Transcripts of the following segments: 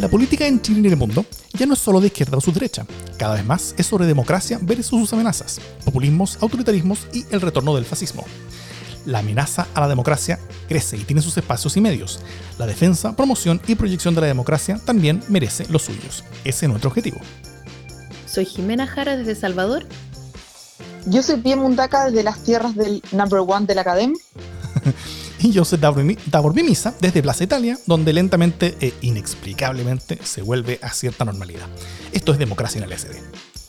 La política en Chile y en el mundo ya no es solo de izquierda o su derecha. Cada vez más es sobre democracia versus sus amenazas, populismos, autoritarismos y el retorno del fascismo. La amenaza a la democracia crece y tiene sus espacios y medios. La defensa, promoción y proyección de la democracia también merece los suyos. Ese es nuestro objetivo. Soy Jimena Jara desde Salvador. Yo soy Pia Mundaca desde las tierras del number one de la academia. Y yo soy Davor Mimisa desde Plaza Italia, donde lentamente e inexplicablemente se vuelve a cierta normalidad. Esto es Democracia en el SD.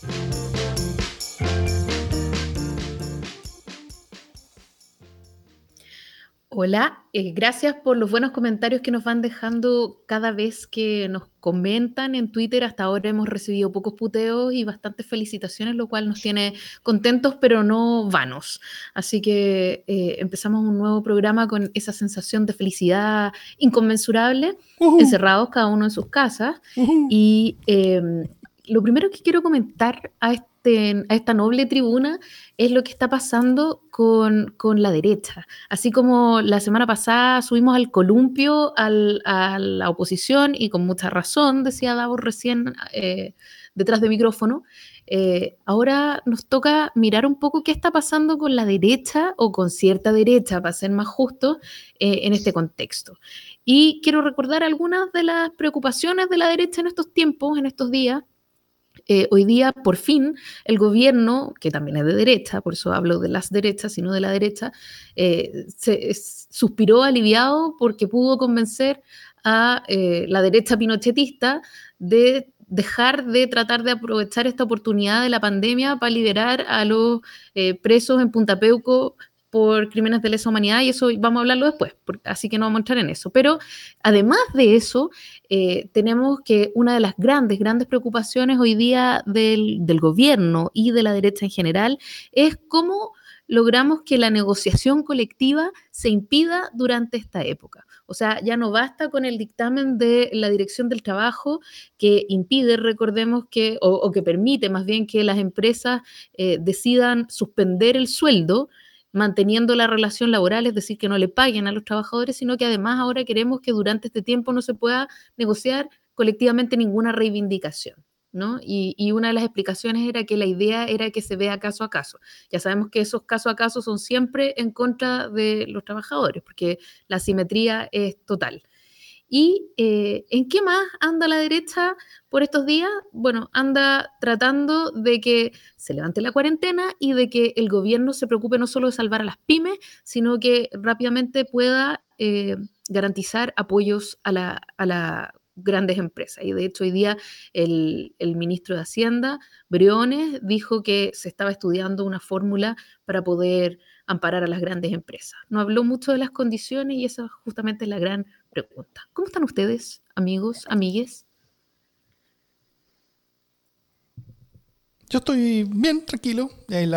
Hola, gracias por los buenos comentarios que nos van dejando cada vez que nos comentan en Twitter. Hasta ahora hemos recibido pocos puteos y bastantes felicitaciones, lo cual nos tiene contentos pero no vanos. Así que empezamos un nuevo programa con esa sensación de felicidad inconmensurable, encerrados cada uno en sus casas. Y lo primero que quiero comentar a esta noble tribuna es lo que está pasando con la derecha. Así como la semana pasada subimos al columpio a la oposición, y con mucha razón, decía Davor recién detrás de micrófono, ahora nos toca mirar un poco qué está pasando con la derecha, o con cierta derecha, para ser más justos, en este contexto. Y quiero recordar algunas de las preocupaciones de la derecha en estos tiempos, en estos días. Hoy día, por fin, el gobierno, que también es de derecha, por eso hablo de las derechas y no de la derecha, suspiró aliviado porque pudo convencer a la derecha pinochetista de dejar de tratar de aprovechar esta oportunidad de la pandemia para liberar a los presos en Punta Peuco por crímenes de lesa humanidad, y eso vamos a hablarlo después, así que no vamos a entrar en eso. Pero además de eso, tenemos que una de las grandes preocupaciones hoy día del gobierno y de la derecha en general es cómo logramos que la negociación colectiva se impida durante esta época. O sea, ya no basta con el dictamen de la Dirección del Trabajo que impide, recordemos que, o que permite más bien que las empresas decidan suspender el sueldo manteniendo la relación laboral, es decir, que no le paguen a los trabajadores, sino que además ahora queremos que durante este tiempo no se pueda negociar colectivamente ninguna reivindicación, ¿no? Y una de las explicaciones era que la idea era que se vea caso a caso. Ya sabemos que esos caso a caso son siempre en contra de los trabajadores, porque la asimetría es total. ¿Y en qué más anda la derecha por estos días? Bueno, anda tratando de que se levante la cuarentena y de que el gobierno se preocupe no solo de salvar a las pymes, sino que rápidamente pueda garantizar apoyos a las grandes empresas. Y de hecho hoy día el ministro de Hacienda, Briones, dijo que se estaba estudiando una fórmula para poder amparar a las grandes empresas. No habló mucho de las condiciones y esa justamente es la gran pregunta. ¿Cómo están ustedes, amigos, amigues? Yo estoy bien, tranquilo.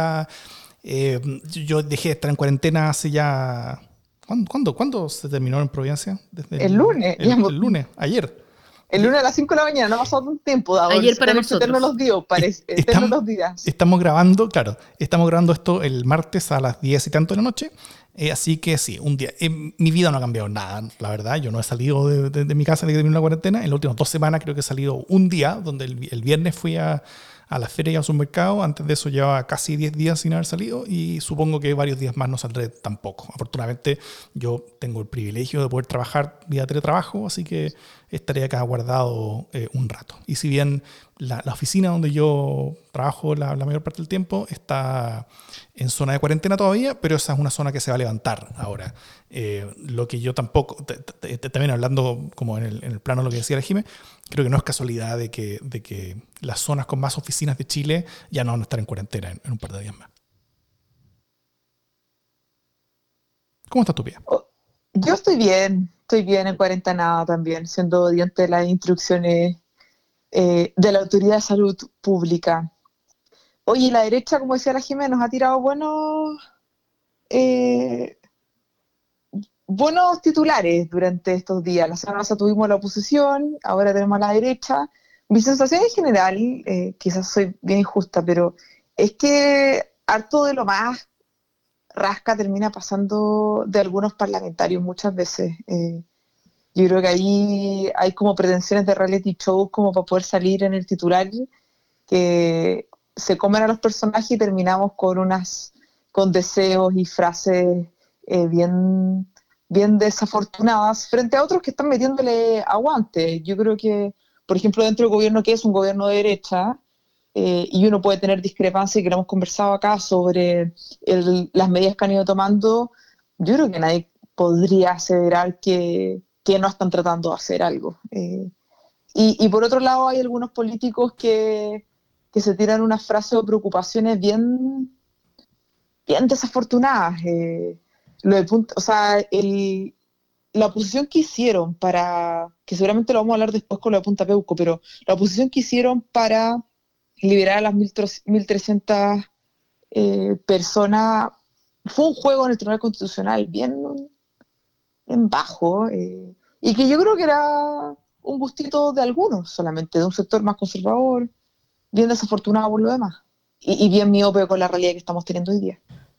Yo dejé de estar en cuarentena hace ya... ¿Cuándo se terminó en Providencia? Desde el lunes. El lunes, ayer. El lunes a las 5 de la mañana, no ha pasado un tiempo. Ayer para nosotros. Los días. Estamos grabando esto el martes a las 10 y tanto de la noche. Así que sí, un día. Mi vida no ha cambiado nada, la verdad. Yo no he salido de mi casa desde que terminó la cuarentena. En las últimas 2 semanas creo que he salido un día, donde el viernes fui a la feria y al supermercado. Antes de eso llevaba casi 10 días sin haber salido, y supongo que varios días más no saldré tampoco. Afortunadamente yo tengo el privilegio de poder trabajar vía teletrabajo, así que estaré acá guardado un rato. Y si bien la oficina donde yo trabajo la mayor parte del tiempo está en zona de cuarentena todavía, pero esa es una zona que se va a levantar ahora. Lo que yo tampoco, también hablando como en el plano de lo que decía la Jime, creo que no es casualidad de que las zonas con más oficinas de Chile ya no van a estar en cuarentena en un par de días más. ¿Cómo estás tú, Pia? Yo estoy bien en cuarentena también, siendo obediente de las instrucciones de la Autoridad de Salud Pública. Oye, la derecha, como decía la Jimena, nos ha tirado buenos titulares durante estos días. La semana pasada tuvimos la oposición, ahora tenemos a la derecha. Mi sensación en general, quizás soy bien injusta, pero es que harto de lo más rasca termina pasando de algunos parlamentarios muchas veces. Yo creo que ahí hay como pretensiones de reality show como para poder salir en el titular, que se comen a los personajes y terminamos con deseos y frases bien, bien desafortunadas frente a otros que están metiéndole aguante. Yo creo que, por ejemplo, dentro del gobierno que es un gobierno de derecha, y uno puede tener discrepancias, que lo hemos conversado acá sobre las medidas que han ido tomando, yo creo que nadie podría aseverar que no están tratando de hacer algo. Y por otro lado hay algunos políticos que se tiran unas frases o preocupaciones bien, bien desafortunadas. O sea, la oposición que hicieron que seguramente lo vamos a hablar después con lo de Punta Peuco, pero la oposición que hicieron para liberar a las 1.300 personas fue un juego en el Tribunal Constitucional bien, bien bajo, y que yo creo que era un gustito de algunos solamente, de un sector más conservador, bien desafortunado por lo demás, y bien miope con la realidad que estamos teniendo hoy día.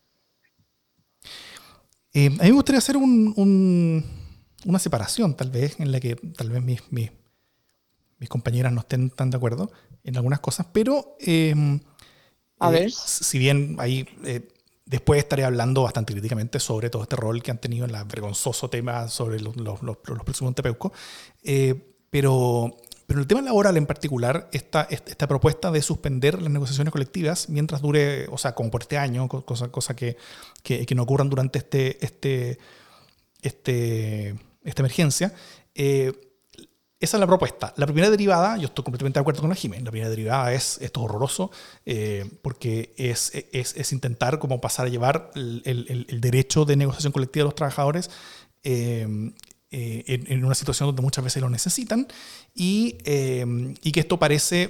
A mí me gustaría hacer una separación, tal vez, en la que tal vez mis compañeras no estén tan de acuerdo en algunas cosas, pero A ver. si bien ahí después estaré hablando bastante críticamente sobre todo este rol que han tenido en el vergonzoso tema sobre los presupuestos de Peuco, pero el tema laboral en particular, esta propuesta de suspender las negociaciones colectivas mientras dure, o sea, como por este año, cosa que no ocurran durante esta emergencia, esa es la propuesta. La primera derivada, yo estoy completamente de acuerdo con la Jiménez, la primera derivada es esto es horroroso, porque es intentar como pasar a llevar el derecho de negociación colectiva de los trabajadores en una situación donde muchas veces lo necesitan, y que esto parece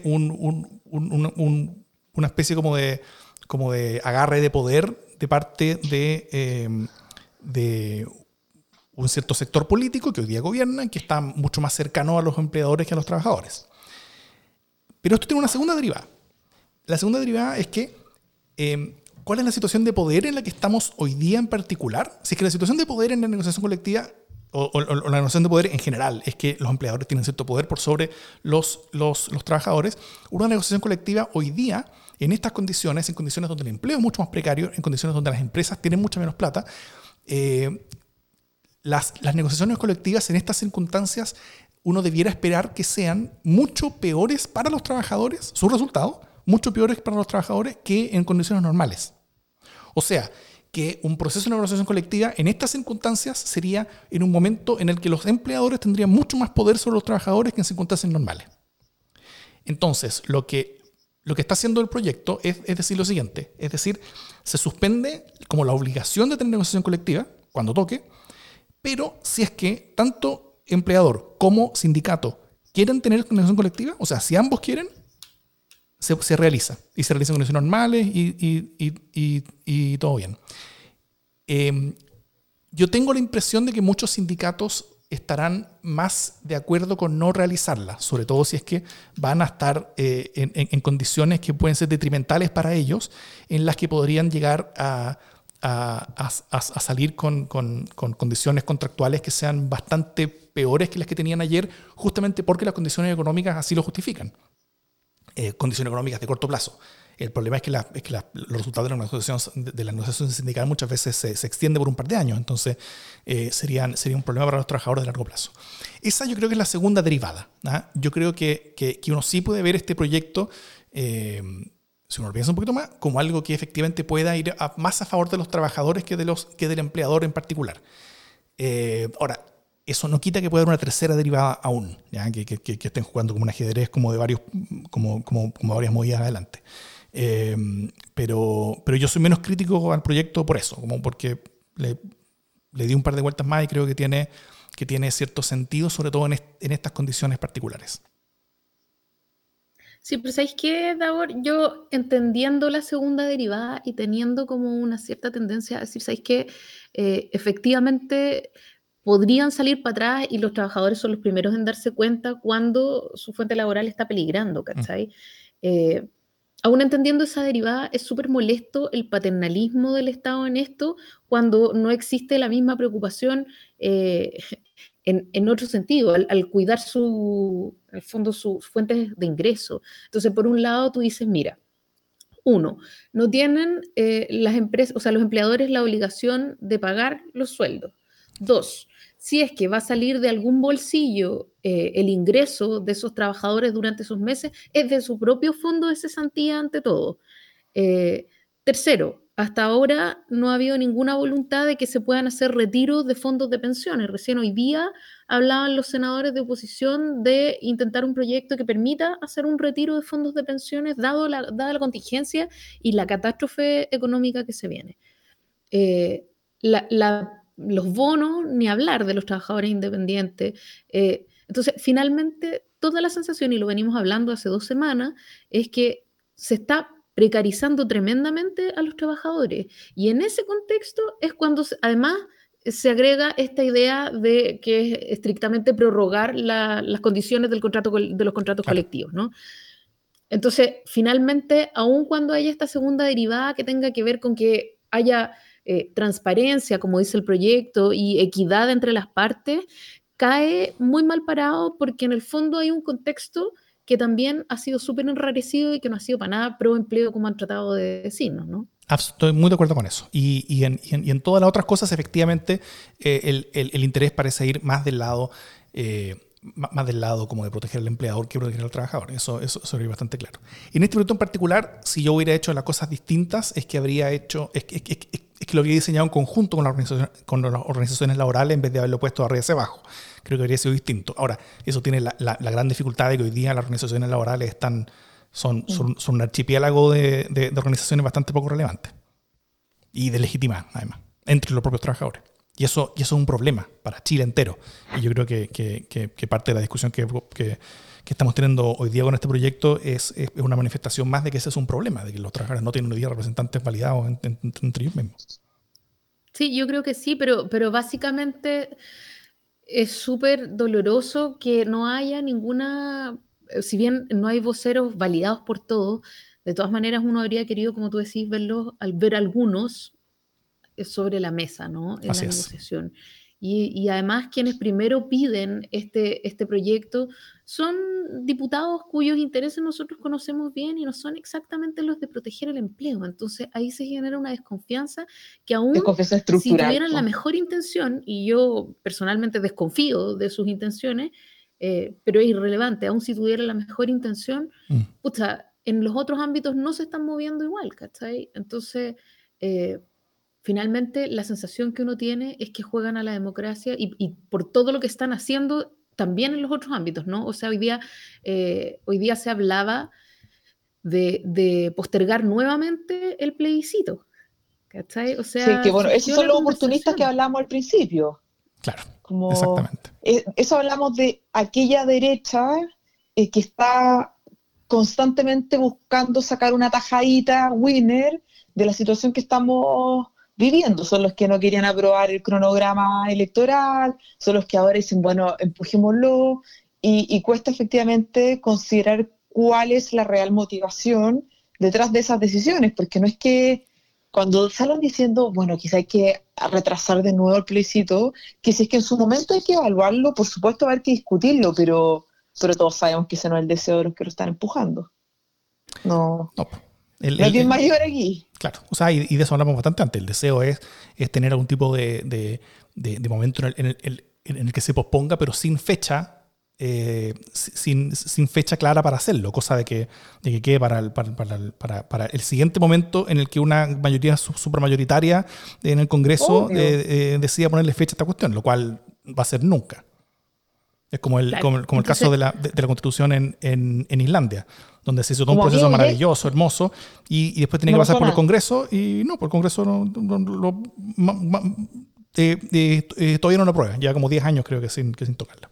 una especie como de agarre de poder de parte de un cierto sector político que hoy día gobierna, que está mucho más cercano a los empleadores que a los trabajadores. Pero esto tiene una segunda derivada. La segunda derivada es que ¿cuál es la situación de poder en la que estamos hoy día en particular? Si es que la situación de poder en la negociación colectiva o la negociación de poder en general es que los empleadores tienen cierto poder por sobre los trabajadores, una negociación colectiva hoy día, en estas condiciones, en condiciones donde el empleo es mucho más precario, en condiciones donde las empresas tienen mucha menos plata, las negociaciones colectivas en estas circunstancias uno debiera esperar que sean mucho peores para los trabajadores, sus resultados, mucho peores para los trabajadores que en condiciones normales. O sea, que un proceso de negociación colectiva en estas circunstancias sería en un momento en el que los empleadores tendrían mucho más poder sobre los trabajadores que en circunstancias normales. Entonces, lo que está haciendo el proyecto es decir lo siguiente, es decir, se suspende como la obligación de tener negociación colectiva cuando toque, pero si es que tanto empleador como sindicato quieren tener negociación colectiva, o sea, si ambos quieren, se realiza. Y se realiza en condiciones normales y todo bien. Yo tengo la impresión de que muchos sindicatos estarán más de acuerdo con no realizarla, sobre todo si es que van a estar en condiciones que pueden ser detrimentales para ellos, en las que podrían llegar a salir con condiciones contractuales que sean bastante peores que las que tenían ayer, justamente porque las condiciones económicas así lo justifican. Condiciones económicas de corto plazo. El problema es que los resultados de la negociación sindical muchas veces se extiende por un par de años, entonces sería un problema para los trabajadores de largo plazo. Esa yo creo que es la segunda derivada, ¿ah? Yo creo que uno sí puede ver este proyecto, si uno lo piensa un poquito más, como algo que efectivamente pueda ir más a favor de los trabajadores que del empleador en particular. Ahora, eso no quita que pueda haber una tercera derivada aún, ¿ya? Que estén jugando como un ajedrez como de varios, como varias movidas adelante. Pero yo soy menos crítico al proyecto por eso, como porque le di un par de vueltas más y creo que tiene cierto sentido, sobre todo en estas condiciones particulares. Sí, pero ¿sabéis qué, Davor? Yo entendiendo la segunda derivada y teniendo como una cierta tendencia a decir, ¿sabéis qué? Efectivamente podrían salir para atrás y los trabajadores son los primeros en darse cuenta cuando su fuente laboral está peligrando, ¿cachai? Aún entendiendo esa derivada, es súper molesto el paternalismo del Estado en esto cuando no existe la misma preocupación en otro sentido, al cuidar al fondo sus fuentes de ingreso. Entonces, por un lado, tú dices, mira, uno, no tienen las empresas, o sea, los empleadores la obligación de pagar los sueldos. Dos, si es que va a salir de algún bolsillo el ingreso de esos trabajadores durante esos meses, es de su propio fondo de cesantía ante todo. Eh, Tercero, hasta ahora no ha habido ninguna voluntad de que se puedan hacer retiros de fondos de pensiones. Recién hoy día hablaban los senadores de oposición de intentar un proyecto que permita hacer un retiro de fondos de pensiones dada la contingencia y la catástrofe económica que se viene. Los bonos, ni hablar de los trabajadores independientes. Entonces, finalmente, toda la sensación, y lo venimos hablando hace 2 semanas, es que se está precarizando tremendamente a los trabajadores. Y en ese contexto es cuando, además, se agrega esta idea de que es estrictamente prorrogar las condiciones de los contratos Claro. colectivos, ¿no? Entonces, finalmente, aun cuando haya esta segunda derivada que tenga que ver con que haya transparencia, como dice el proyecto, y equidad entre las partes, cae muy mal parado porque en el fondo hay un contexto que también ha sido súper enrarecido y que no ha sido para nada pro empleo como han tratado de decirnos, ¿no? Estoy muy de acuerdo con eso. Y en todas las otras cosas, efectivamente, el interés parece ir más del lado como de proteger al empleador que proteger al trabajador. Eso es bastante claro. En este proyecto en particular, si yo hubiera hecho las cosas distintas, es que lo habría diseñado en conjunto con las organizaciones laborales en vez de haberlo puesto arriba hacia abajo. Creo que habría sido distinto. Ahora, eso tiene la gran dificultad de que hoy día las organizaciones laborales son un archipiélago de organizaciones bastante poco relevantes y de legitimadas, además, entre los propios trabajadores. Y eso es un problema para Chile entero. Y yo creo que parte de la discusión que estamos teniendo hoy día con este proyecto es una manifestación más de que ese es un problema, de que los trabajadores no tienen hoy día representantes validados entre ellos mismos. Sí, yo creo que sí, pero básicamente es súper doloroso que no haya ninguna, si bien no hay voceros validados por todos, de todas maneras uno habría querido, como tú decís, verlos, al ver algunos sobre la mesa, ¿no? En la Así es. negociación. Y además quienes primero piden este proyecto son diputados cuyos intereses nosotros conocemos bien y no son exactamente los de proteger el empleo. Entonces ahí se genera una desconfianza que aún Desconfianza si estructural, tuvieran la po. mejor intención, y yo personalmente desconfío de sus intenciones, pero es irrelevante, aún si tuvieran la mejor intención, pucha, en los otros ámbitos no se están moviendo igual, ¿cachai? Entonces, finalmente la sensación que uno tiene es que juegan a la democracia y por todo lo que están haciendo también en los otros ámbitos, ¿no? O sea, hoy día se hablaba de postergar nuevamente el plebiscito, ¿cachai? O Sí, que sea, bueno, esos surgió son la los oportunistas que conversación. hablamos al principio. Claro, Como exactamente. eso hablamos de aquella derecha que está constantemente buscando sacar una tajadita winner de la situación que estamos viviendo. Son los que no querían aprobar el cronograma electoral, son los que ahora dicen, bueno, empujémoslo, y cuesta efectivamente considerar cuál es la real motivación detrás de esas decisiones, porque no es que cuando salen diciendo, bueno, quizá hay que retrasar de nuevo el plebiscito, que si es que en su momento hay que evaluarlo, por supuesto va a haber que discutirlo, pero todos sabemos que ese no es el deseo de los que lo están empujando. No, No, no hay bien mayor aquí. claro, o sea, y de eso hablamos bastante antes. El deseo es tener algún tipo de momento en el que se posponga, pero sin fecha, sin fecha clara para hacerlo, cosa de que quede para el siguiente momento en el que una mayoría supermayoritaria en el Congreso Obvio. decida ponerle fecha a esta cuestión, lo cual va a ser nunca. Es como Claro. como el caso Entonces, de la Constitución en Islandia, donde se hizo todo un Como proceso amigo, maravilloso, hermoso, y después tenía no que pasar pasó por el nada. Congreso, y no, por el Congreso todavía no lo aprueba, ya como 10 años creo que sin tocarla.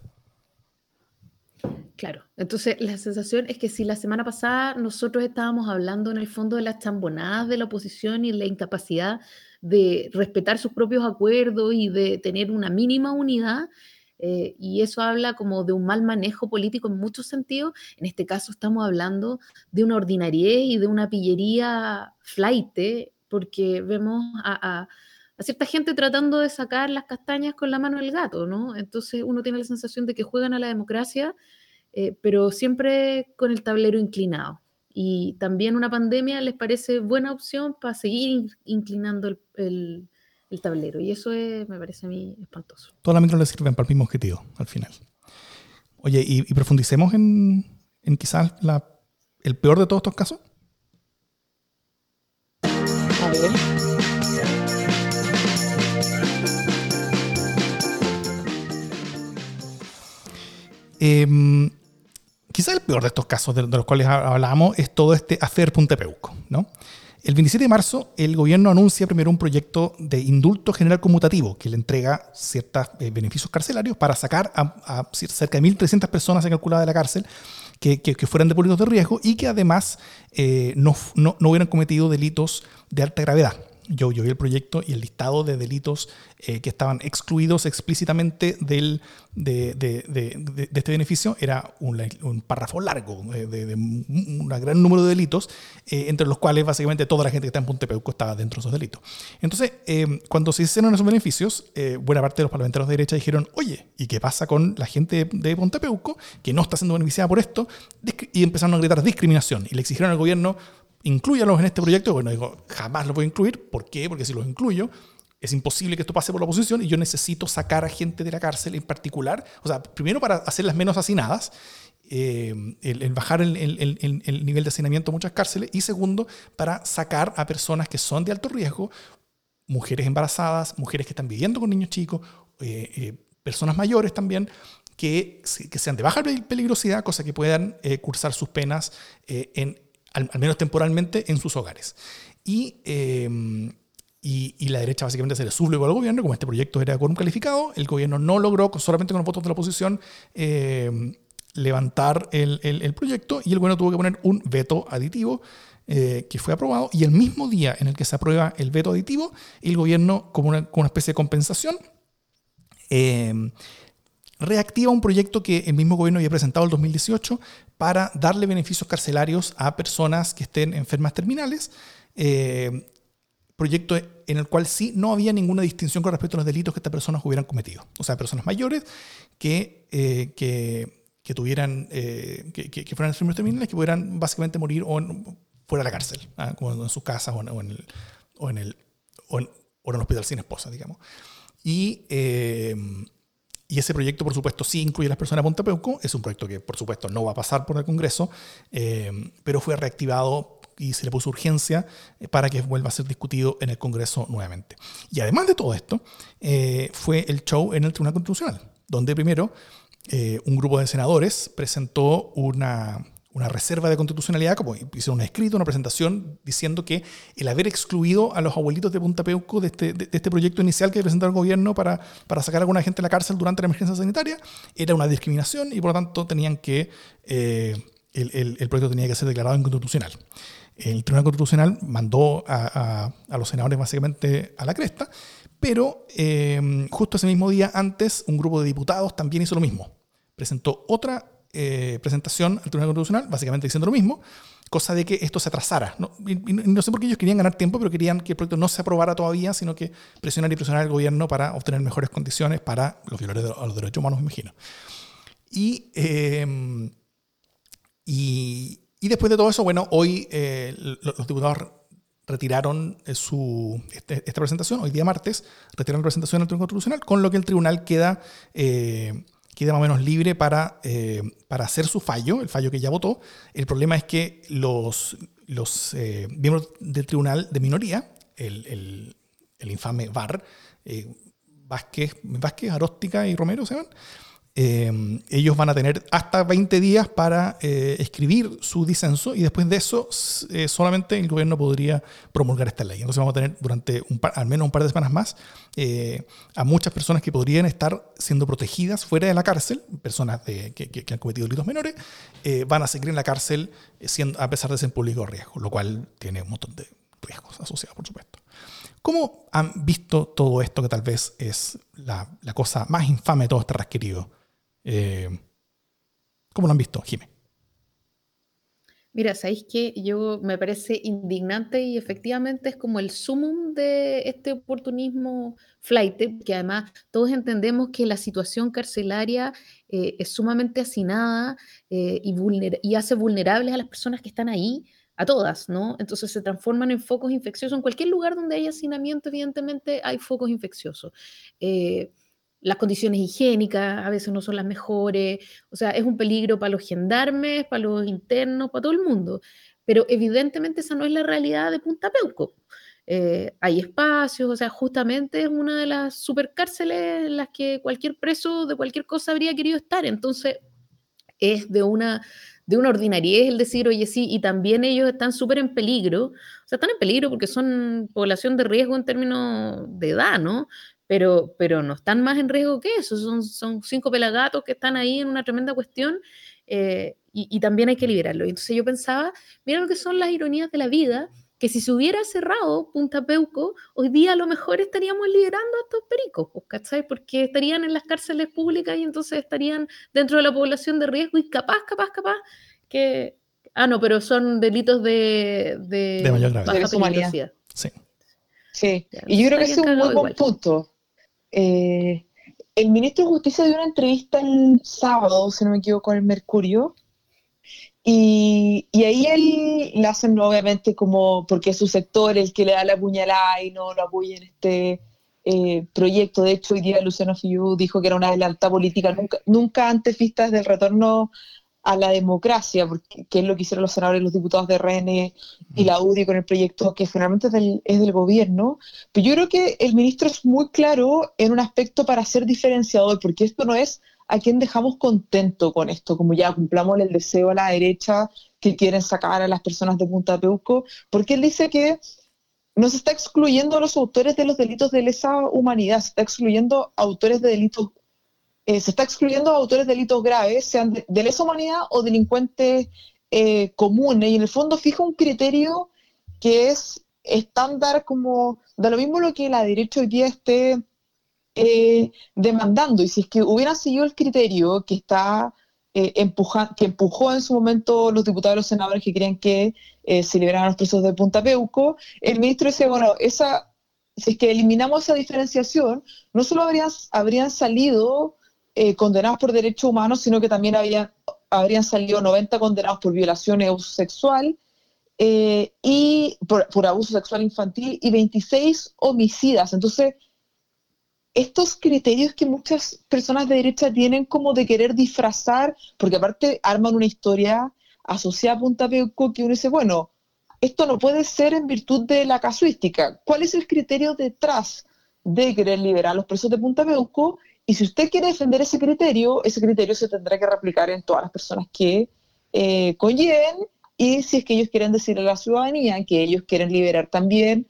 claro, entonces la sensación es que si la semana pasada nosotros estábamos hablando en el fondo de las chambonadas de la oposición y la incapacidad de respetar sus propios acuerdos y de tener una mínima unidad, y eso habla como de un mal manejo político en muchos sentidos, en este caso estamos hablando de una ordinariedad y de una pillería flaite, porque vemos a cierta gente tratando de sacar las castañas con la mano del gato, ¿no? Entonces uno tiene la sensación de que juegan a la democracia, pero siempre con el tablero inclinado. Y también una pandemia les parece buena opción para seguir inclinando el tablero. Y eso me parece a mí espantoso. Todas las micros le sirven para el mismo objetivo, al final. Oye, y profundicemos en quizás el peor de todos estos casos. A ver. Quizás el peor de estos casos de los cuales hablábamos es todo este Afer Punta Peuco, ¿no? El 27 de marzo, el gobierno anuncia primero un proyecto de indulto general conmutativo que le entrega ciertos beneficios carcelarios para sacar a cerca de 1.300 personas, se calculaba, de la cárcel que fueran de públicos de riesgo y que además no hubieran cometido delitos de alta gravedad. Yo vi el proyecto y el listado de delitos que estaban excluidos explícitamente de este beneficio era un párrafo largo de un gran número de delitos, entre los cuales básicamente toda la gente que está en Punta Peuco estaba dentro de esos delitos. Entonces, cuando se hicieron esos beneficios, buena parte de los parlamentarios de derecha dijeron, oye, ¿y qué pasa con la gente de Punta Peuco que no está siendo beneficiada por esto? Y empezaron a gritar discriminación y le exigieron al gobierno, inclúyalos en este proyecto. Bueno, digo, jamás los voy a incluir. ¿Por qué? Porque si los incluyo, es imposible que esto pase por la oposición y yo necesito sacar a gente de la cárcel en particular. O sea, primero para hacerlas menos hacinadas, el bajar el nivel de hacinamiento a muchas cárceles, y segundo, para sacar a personas que son de alto riesgo, mujeres embarazadas, mujeres que están viviendo con niños chicos, personas mayores también, que sean de baja peligrosidad, cosa que puedan cursar sus penas al menos temporalmente en sus hogares. Y la derecha básicamente se le sublevó al gobierno. Como este proyecto era quórum calificado, el gobierno no logró, solamente con los votos de la oposición, levantar el proyecto, y el gobierno tuvo que poner un veto aditivo que fue aprobado, y el mismo día en el que se aprueba el veto aditivo, el gobierno, como una especie de compensación, reactiva un proyecto que el mismo gobierno había presentado en 2018 para darle beneficios carcelarios a personas que estén enfermas terminales, proyecto en el cual sí no había ninguna distinción con respecto a los delitos que estas personas hubieran cometido. O sea, personas mayores que tuvieran, que fueran enfermos terminales, que pudieran básicamente morir fuera de la cárcel, como en sus casas o en el hospital sin esposa, digamos. Y ese proyecto, por supuesto, sí incluye a las personas de Punta Peuco. Es un proyecto que, por supuesto, no va a pasar por el Congreso, pero fue reactivado y se le puso urgencia para que vuelva a ser discutido en el Congreso nuevamente. Y además de todo esto, fue el show en el Tribunal Constitucional, donde primero un grupo de senadores presentó una reserva de constitucionalidad, como hicieron un escrito, una presentación, diciendo que el haber excluido a los abuelitos de Punta Peuco de este proyecto inicial que presentó el gobierno para sacar a alguna gente de la cárcel durante la emergencia sanitaria era una discriminación, y por lo tanto tenían que el proyecto tenía que ser declarado inconstitucional. El Tribunal Constitucional mandó a los senadores básicamente a la cresta, pero justo ese mismo día antes un grupo de diputados también hizo lo mismo. Presentó otra presentación al Tribunal Constitucional, básicamente diciendo lo mismo, cosa de que esto se atrasara. No sé por qué ellos querían ganar tiempo, pero querían que el proyecto no se aprobara todavía, sino que presionar al gobierno para obtener mejores condiciones para los violadores a los derechos humanos, me imagino. Y después de todo eso, bueno, hoy los diputados retiraron esta presentación, hoy día martes, retiraron la presentación al Tribunal Constitucional, con lo que el tribunal queda más o menos libre para hacer su fallo, el fallo que ya votó. El problema es que los miembros del tribunal de minoría, el infame VAR, Vázquez, Aróstica y Romero, ¿se ven? Ellos van a tener hasta 20 días para escribir su disenso, y después de eso solamente el gobierno podría promulgar esta ley. Entonces vamos a tener durante al menos un par de semanas más a muchas personas que podrían estar siendo protegidas fuera de la cárcel, personas que han cometido delitos menores, van a seguir en la cárcel a pesar de ser en público riesgo, lo cual tiene un montón de riesgos asociados, por supuesto. ¿Cómo han visto todo esto, que tal vez es la cosa más infame de todo este rasquerío? ¿Cómo lo han visto, Jimé? Mira, ¿sabéis qué? Me parece indignante y efectivamente es como el sumum de este oportunismo flaite, que además todos entendemos que la situación carcelaria es sumamente hacinada y hace vulnerables a las personas que están ahí, a todas, ¿no? Entonces se transforman en focos infecciosos. En cualquier lugar donde hay hacinamiento, evidentemente hay focos infecciosos. Eh, las condiciones higiénicas a veces no son las mejores, o sea, es un peligro para los gendarmes, para los internos, para todo el mundo. Pero evidentemente esa no es la realidad de Punta Peuco. Hay espacios, o sea, justamente es una de las supercárceles en las que cualquier preso de cualquier cosa habría querido estar. Entonces, es de una ordinariez el decir, oye, sí, y también ellos están súper en peligro, o sea, están en peligro porque son población de riesgo en términos de edad, ¿no? Pero no están más en riesgo que eso, son 5 pelagatos que están ahí en una tremenda cuestión y también hay que liberarlos. Entonces yo pensaba, mira lo que son las ironías de la vida, que si se hubiera cerrado Punta Peuco, hoy día a lo mejor estaríamos liberando a estos pericos, pues, ¿cachai? Porque estarían en las cárceles públicas y entonces estarían dentro de la población de riesgo y capaz que... Ah, no, pero son delitos De mayor de gravedad. De baja lesa humanidad. peligrosidad. Sí. Sí, Ya, y yo entonces creo que ese estarían es un muy cagados buen igual. punto. El ministro de Justicia dio una entrevista el sábado, si no me equivoco, en el Mercurio, y ahí él le hacen obviamente como, porque es su sector el que le da la puñalada y no lo apoya en este proyecto. De hecho, hoy día Luciano Fillú dijo que era una adelantada política, nunca antes vista desde el retorno a la democracia, porque, que es lo que hicieron los senadores y los diputados de RN y la UDI con el proyecto que finalmente es del gobierno. Pero yo creo que el ministro es muy claro en un aspecto para ser diferenciador, porque esto no es a quien dejamos contento con esto, como ya cumplamos el deseo a la derecha que quieren sacar a las personas de Punta Peuco, porque él dice que no se está excluyendo a los autores de los delitos de lesa humanidad, se está excluyendo a autores de delitos se está excluyendo a autores de delitos graves, sean de lesa humanidad o delincuentes comunes, y en el fondo fija un criterio que es estándar, como da lo mismo lo que la derecha hoy día esté demandando, y si es que hubieran seguido el criterio que está que empujó en su momento los diputados y los senadores que querían que se liberaran los presos de Punta Peuco, el ministro decía, bueno, si es que eliminamos esa diferenciación, no solo habrían salido condenados por derechos humanos, sino que también habrían salido 90 condenados por violación y abuso sexual, y por abuso sexual infantil, y 26 homicidas. Entonces, estos criterios que muchas personas de derecha tienen como de querer disfrazar, porque aparte arman una historia asociada a Punta Peuco que uno dice, bueno, esto no puede ser en virtud de la casuística. ¿Cuál es el criterio detrás de querer liberar a los presos de Punta Peuco? Y si usted quiere defender ese criterio se tendrá que replicar en todas las personas que conlleven, y si es que ellos quieren decirle a la ciudadanía que ellos quieren liberar también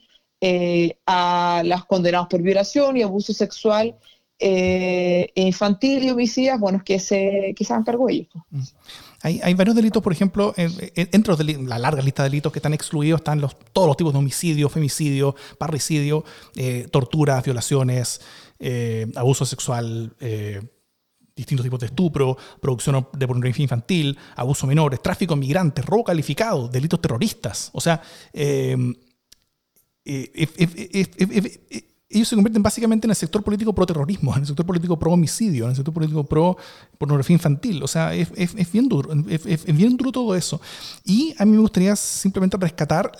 a las condenados por violación y abuso sexual infantil y homicidas, bueno, que se hagan cargo ellos. Hay varios delitos, por ejemplo, entre la larga lista de delitos que están excluidos están todos los tipos de homicidio, femicidio, parricidio, torturas, violaciones, abuso sexual, distintos tipos de estupro, producción de pornografía infantil, abuso de menores, tráfico de migrantes, robo calificado, delitos terroristas. O sea, ellos se convierten básicamente en el sector político pro-terrorismo, en el sector político pro-homicidio, en el sector político pro-pornografía infantil. O sea, es bien duro, es bien duro todo eso. Y a mí me gustaría simplemente rescatar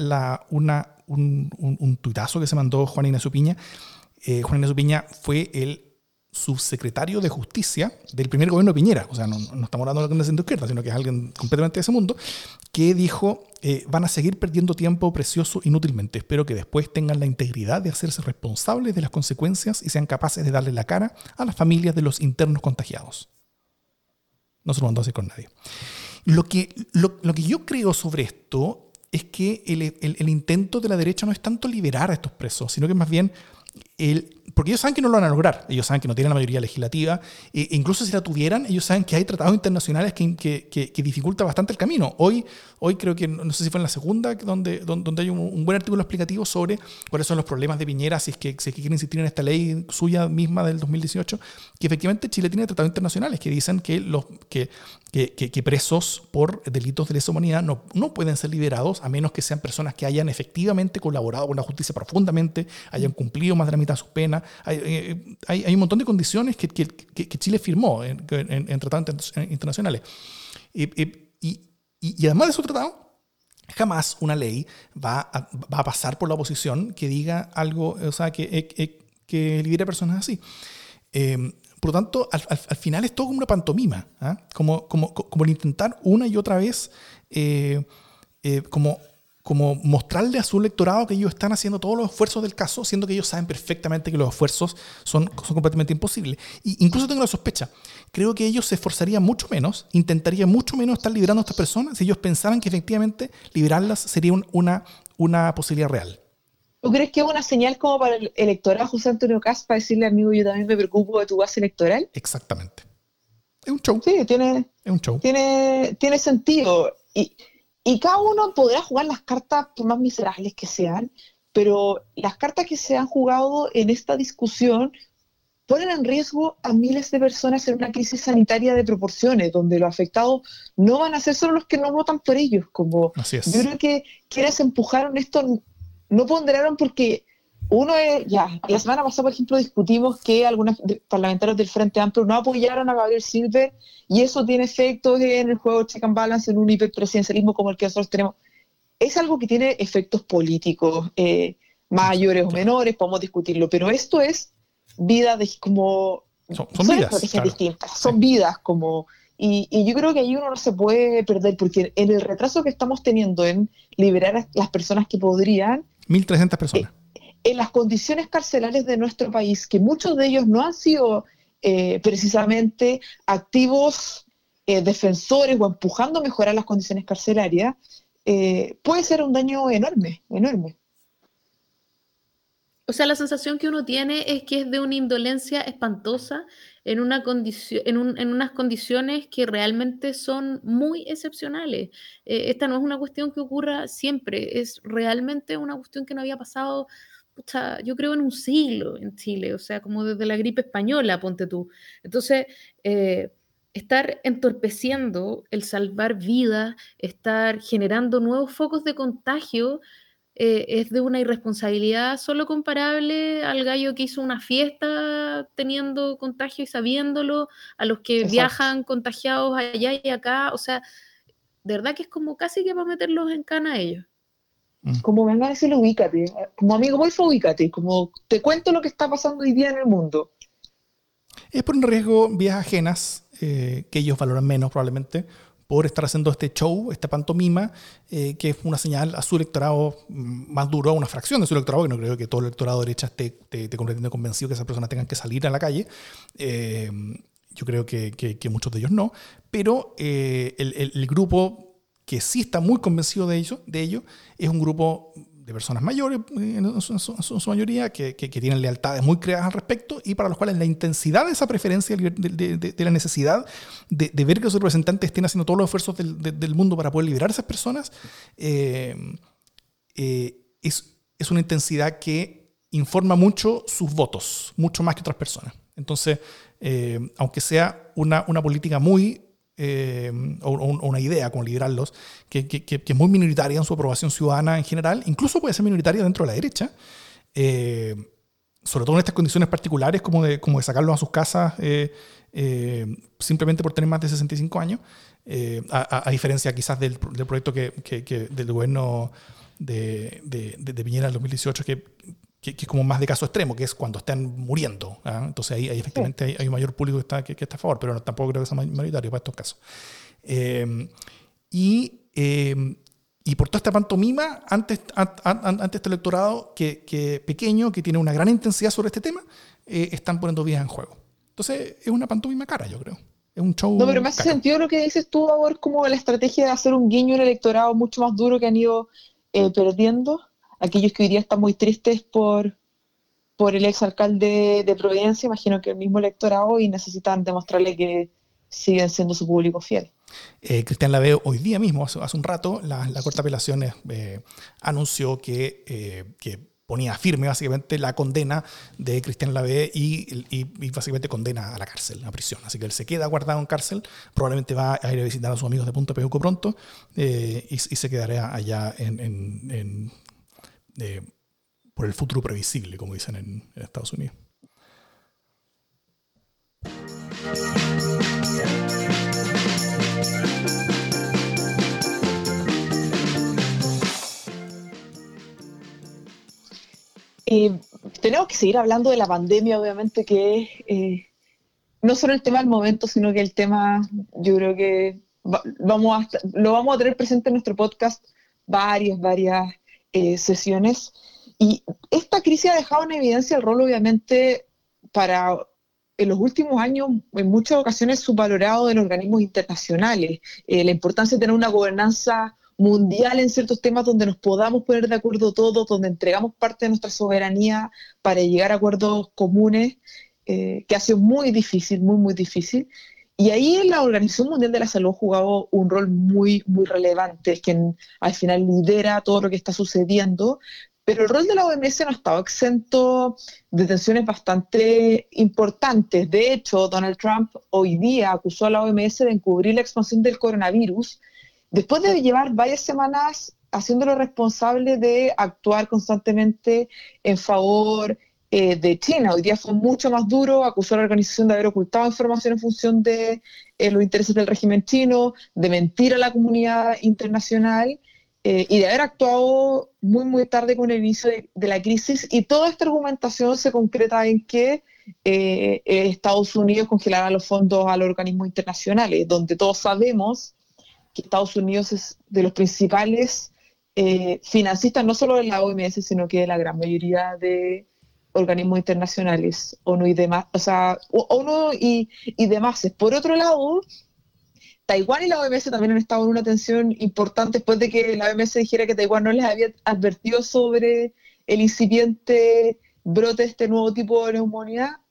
un tuitazo que se mandó Juan Ignacio Piña. Juan Ignacio Piña fue el subsecretario de Justicia del primer gobierno de Piñera. O sea, no estamos hablando de alguien de centro izquierda, sino que es alguien completamente de ese mundo, que dijo, van a seguir perdiendo tiempo precioso inútilmente. Espero que después tengan la integridad de hacerse responsables de las consecuencias y sean capaces de darle la cara a las familias de los internos contagiados. No se lo mandó a hacer con nadie. Lo que yo creo sobre esto es que el intento de la derecha no es tanto liberar a estos presos, sino que más bien porque ellos saben que no lo van a lograr, ellos saben que no tienen la mayoría legislativa, e incluso si la tuvieran, ellos saben que hay tratados internacionales que dificultan bastante el camino. Hoy creo que, no sé si fue en la segunda, donde hay un buen artículo explicativo sobre cuáles son los problemas de Piñera, si es que quiere insistir en esta ley suya misma del 2018, que efectivamente Chile tiene tratados internacionales que dicen que presos por delitos de lesa humanidad no pueden ser liberados a menos que sean personas que hayan efectivamente colaborado con la justicia profundamente, hayan cumplido más de la mitad de sus penas. Hay un montón de condiciones que Chile firmó en tratados internacionales. Y además de esos tratados, jamás una ley va a pasar por la oposición que diga algo, o sea, que libere a personas así. Por lo tanto, al final es todo como una pantomima, ¿eh? Como el intentar una y otra vez como mostrarle a su electorado que ellos están haciendo todos los esfuerzos del caso, siendo que ellos saben perfectamente que los esfuerzos son completamente imposibles. Y incluso tengo la sospecha, creo que ellos se esforzarían mucho menos, intentarían mucho menos estar liberando a estas personas si ellos pensaran que efectivamente liberarlas sería una posibilidad real. ¿Tú crees que es una señal como para el electorado José Antonio Kast para decirle, amigo, yo también me preocupo de tu base electoral? Exactamente. Es un show. Sí, Es un show. tiene sentido. Y cada uno podrá jugar las cartas por más miserables que sean, pero las cartas que se han jugado en esta discusión ponen en riesgo a miles de personas en una crisis sanitaria de proporciones, donde los afectados no van a ser solo los que no votan por ellos. Como Así es. yo creo que quienes empujaron esto no ponderaron porque la semana pasada, por ejemplo, discutimos que algunos parlamentarios del Frente Amplio no apoyaron a Gabriel Silver y eso tiene efectos en el juego check and balance, en un hiperpresidencialismo como el que nosotros tenemos. Es algo que tiene efectos políticos, mayores o menores, podemos discutirlo, pero esto es vida de como... Son vidas, estrategias, claro, distintas, son vidas como... Y yo creo que ahí uno no se puede perder, porque en el retraso que estamos teniendo en liberar a las personas que podrían... 1.300 personas. En las condiciones carcelarias de nuestro país, que muchos de ellos no han sido precisamente activos defensores o empujando a mejorar las condiciones carcelarias, puede ser un daño enorme, enorme. O sea, la sensación que uno tiene es que es de una indolencia espantosa en unas condiciones que realmente son muy excepcionales. Esta no es una cuestión que ocurra siempre, es realmente una cuestión que no había pasado, pucha, yo creo, en un siglo en Chile, o sea, como desde la gripe española, ponte tú. Entonces, estar entorpeciendo el salvar vidas, estar generando nuevos focos de contagio, es de una irresponsabilidad solo comparable al gallo que hizo una fiesta teniendo contagio y sabiéndolo, a los que Exacto. viajan contagiados allá y acá, o sea, de verdad que es como casi que para meterlos en cana a ellos. Como vengan a decirle, ubícate, como amigo Wolfo, ubícate, como te cuento lo que está pasando hoy día en el mundo. Es por un riesgo vías ajenas, que ellos valoran menos probablemente, por estar haciendo este show, esta pantomima, que es una señal a su electorado más duro, a una fracción de su electorado, que no creo que todo el electorado de derecha esté completamente convencido que esas personas tengan que salir a la calle. Yo creo que muchos de ellos no, pero el grupo que sí está muy convencido de ello es un grupo de personas mayores, en su mayoría, que tienen lealtades muy creadas al respecto y para los cuales la intensidad de esa preferencia, de la necesidad de ver que sus representantes estén haciendo todos los esfuerzos del mundo para poder liberar a esas personas, es una intensidad que informa mucho sus votos, mucho más que otras personas. Entonces, aunque sea una política muy... o una idea como liberarlos, que es muy minoritaria en su aprobación ciudadana en general, incluso puede ser minoritaria dentro de la derecha, sobre todo en estas condiciones particulares como de sacarlos a sus casas simplemente por tener más de 65 años, a diferencia quizás del proyecto del gobierno de Piñera en 2018, que es como más de caso extremo, que es cuando están muriendo, ¿eh? Entonces ahí efectivamente hay un mayor público que está a favor, pero tampoco creo que sea mayoritario para estos casos. Y por toda esta pantomima ante este electorado que pequeño, que tiene una gran intensidad sobre este tema, están poniendo vidas en juego. Entonces es una pantomima cara, yo creo. Es un show. No, pero me hace sentido lo que dices tú, ahora como la estrategia de hacer un guiño al electorado mucho más duro que han ido perdiendo. Aquellos que hoy día están muy tristes por por el exalcalde de Providencia, imagino que el mismo electorado, y necesitan demostrarle que siguen siendo su público fiel. Cristian Lavé hoy día mismo, hace un rato, la Corte de Apelaciones anunció que ponía firme básicamente la condena de Cristian Lavé y básicamente condena a la cárcel, a prisión. Así que él se queda guardado en cárcel, probablemente va a ir a visitar a sus amigos de Punta Peuco pronto y se quedará allá por el futuro previsible, como dicen en Estados Unidos. Tenemos que seguir hablando de la pandemia, obviamente, que es no solo el tema del momento, sino que el tema, yo creo que lo vamos a tener presente en nuestro podcast varias sesiones. Y esta crisis ha dejado en evidencia el rol, obviamente, en los últimos años, en muchas ocasiones, subvalorado de los organismos internacionales. La importancia de tener una gobernanza mundial en ciertos temas donde nos podamos poner de acuerdo todos, donde entregamos parte de nuestra soberanía para llegar a acuerdos comunes, que ha sido muy difícil, muy difícil. Y ahí la Organización Mundial de la Salud ha jugado un rol muy relevante, es quien al final lidera todo lo que está sucediendo, pero el rol de la OMS no ha estado exento de tensiones bastante importantes. De hecho, Donald Trump hoy día acusó a la OMS de encubrir la expansión del coronavirus, después de llevar varias semanas haciéndolo responsable de actuar constantemente en favor de China. Hoy día fue mucho más duro, acusó a la organización de haber ocultado información en función de los intereses del régimen chino, de mentir a la comunidad internacional y de haber actuado muy tarde con el inicio de la crisis. Y toda esta argumentación se concreta en que Estados Unidos congelará los fondos a los organismos internacionales, donde todos sabemos que Estados Unidos es de los principales financistas, no solo de la OMS, sino que de la gran mayoría de organismos internacionales, ONU y demás, o sea, ONU y demás. Por otro lado, Taiwán y la OMS también han estado en una tensión importante después de que la OMS dijera que Taiwán no les había advertido sobre el incipiente brote de este nuevo tipo de neumonía.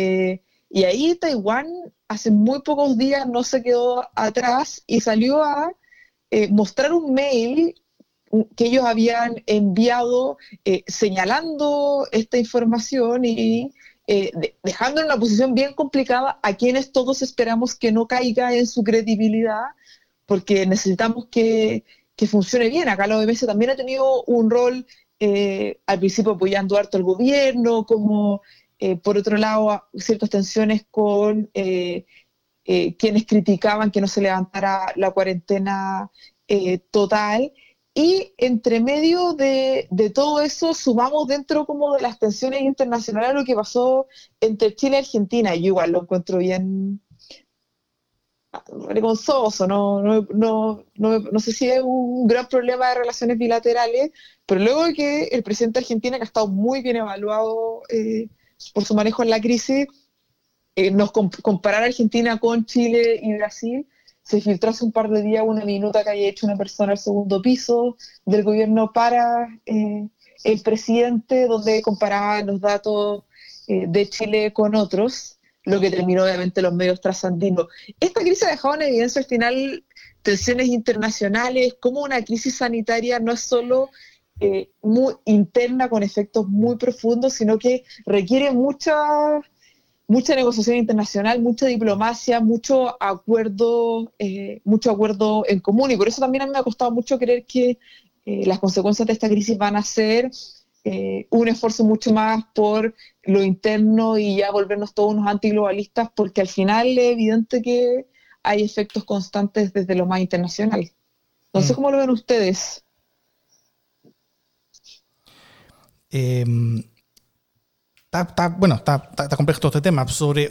Y ahí Taiwán hace muy pocos días no se quedó atrás y salió a mostrar un mail que ellos habían enviado señalando esta información y dejando en una posición bien complicada a quienes todos esperamos que no caiga en su credibilidad, porque necesitamos que funcione bien. Acá la OMS también ha tenido un rol al principio apoyando harto al gobierno, como por otro lado ciertas tensiones con quienes criticaban que no se levantara la cuarentena total. Y entre medio de todo eso sumamos dentro como de las tensiones internacionales lo que pasó entre Chile y Argentina. Yo igual lo encuentro bien vergonzoso, no sé si es un gran problema de relaciones bilaterales, pero luego de que el presidente de Argentina, que ha estado muy bien evaluado por su manejo en la crisis, nos comparar Argentina con Chile y Brasil, se filtró hace un par de días una minuta que había hecho una persona al segundo piso del gobierno para el presidente, donde comparaba los datos de Chile con otros, lo que terminó obviamente los medios trasandinos. Esta crisis ha dejado en evidencia al final tensiones internacionales, como una crisis sanitaria no es solo muy interna con efectos muy profundos, sino que requiere mucha negociación internacional, mucha diplomacia, mucho acuerdo en común. Y por eso también a mí me ha costado mucho creer que las consecuencias de esta crisis van a ser un esfuerzo mucho más por lo interno y ya volvernos todos unos antiglobalistas, porque al final es evidente que hay efectos constantes desde lo más internacional. No sé cómo lo ven ustedes. Está complejo todo este tema sobre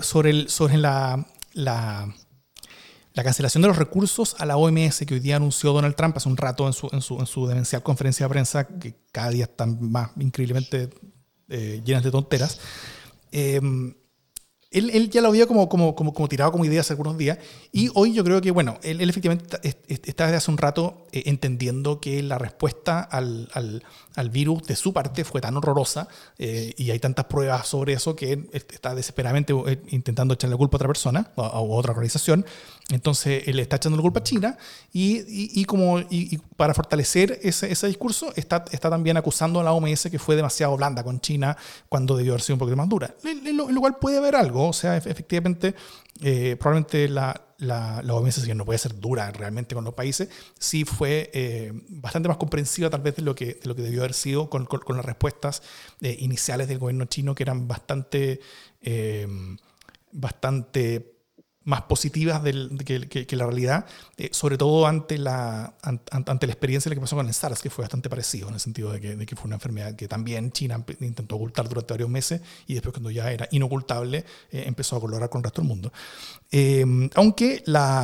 la cancelación de los recursos a la OMS que hoy día anunció Donald Trump hace un rato en su demencial conferencia de prensa, que cada día están más increíblemente llenas de tonteras. Él ya lo había como tirado como idea hace algunos días, y hoy yo creo que, bueno, él efectivamente está desde hace un rato entendiendo que la respuesta al virus de su parte fue tan horrorosa, y hay tantas pruebas sobre eso, que él está desesperadamente intentando echarle la culpa a otra persona o a otra organización. Entonces él está echando la culpa a China, y para fortalecer ese discurso está también acusando a la OMS que fue demasiado blanda con China cuando debió haber sido un poquito más dura. En lo cual puede haber algo, o sea, efectivamente, probablemente la OMS, si no puede ser dura realmente con los países, sí fue bastante más comprensiva tal vez de lo que debió haber sido con las respuestas iniciales del gobierno chino, que eran bastante más positivas que la realidad, sobre todo ante la experiencia de lo que pasó con el SARS, que fue bastante parecido, en el sentido de que fue una enfermedad que también China intentó ocultar durante varios meses, y después, cuando ya era inocultable, empezó a colaborar con el resto del mundo. Aunque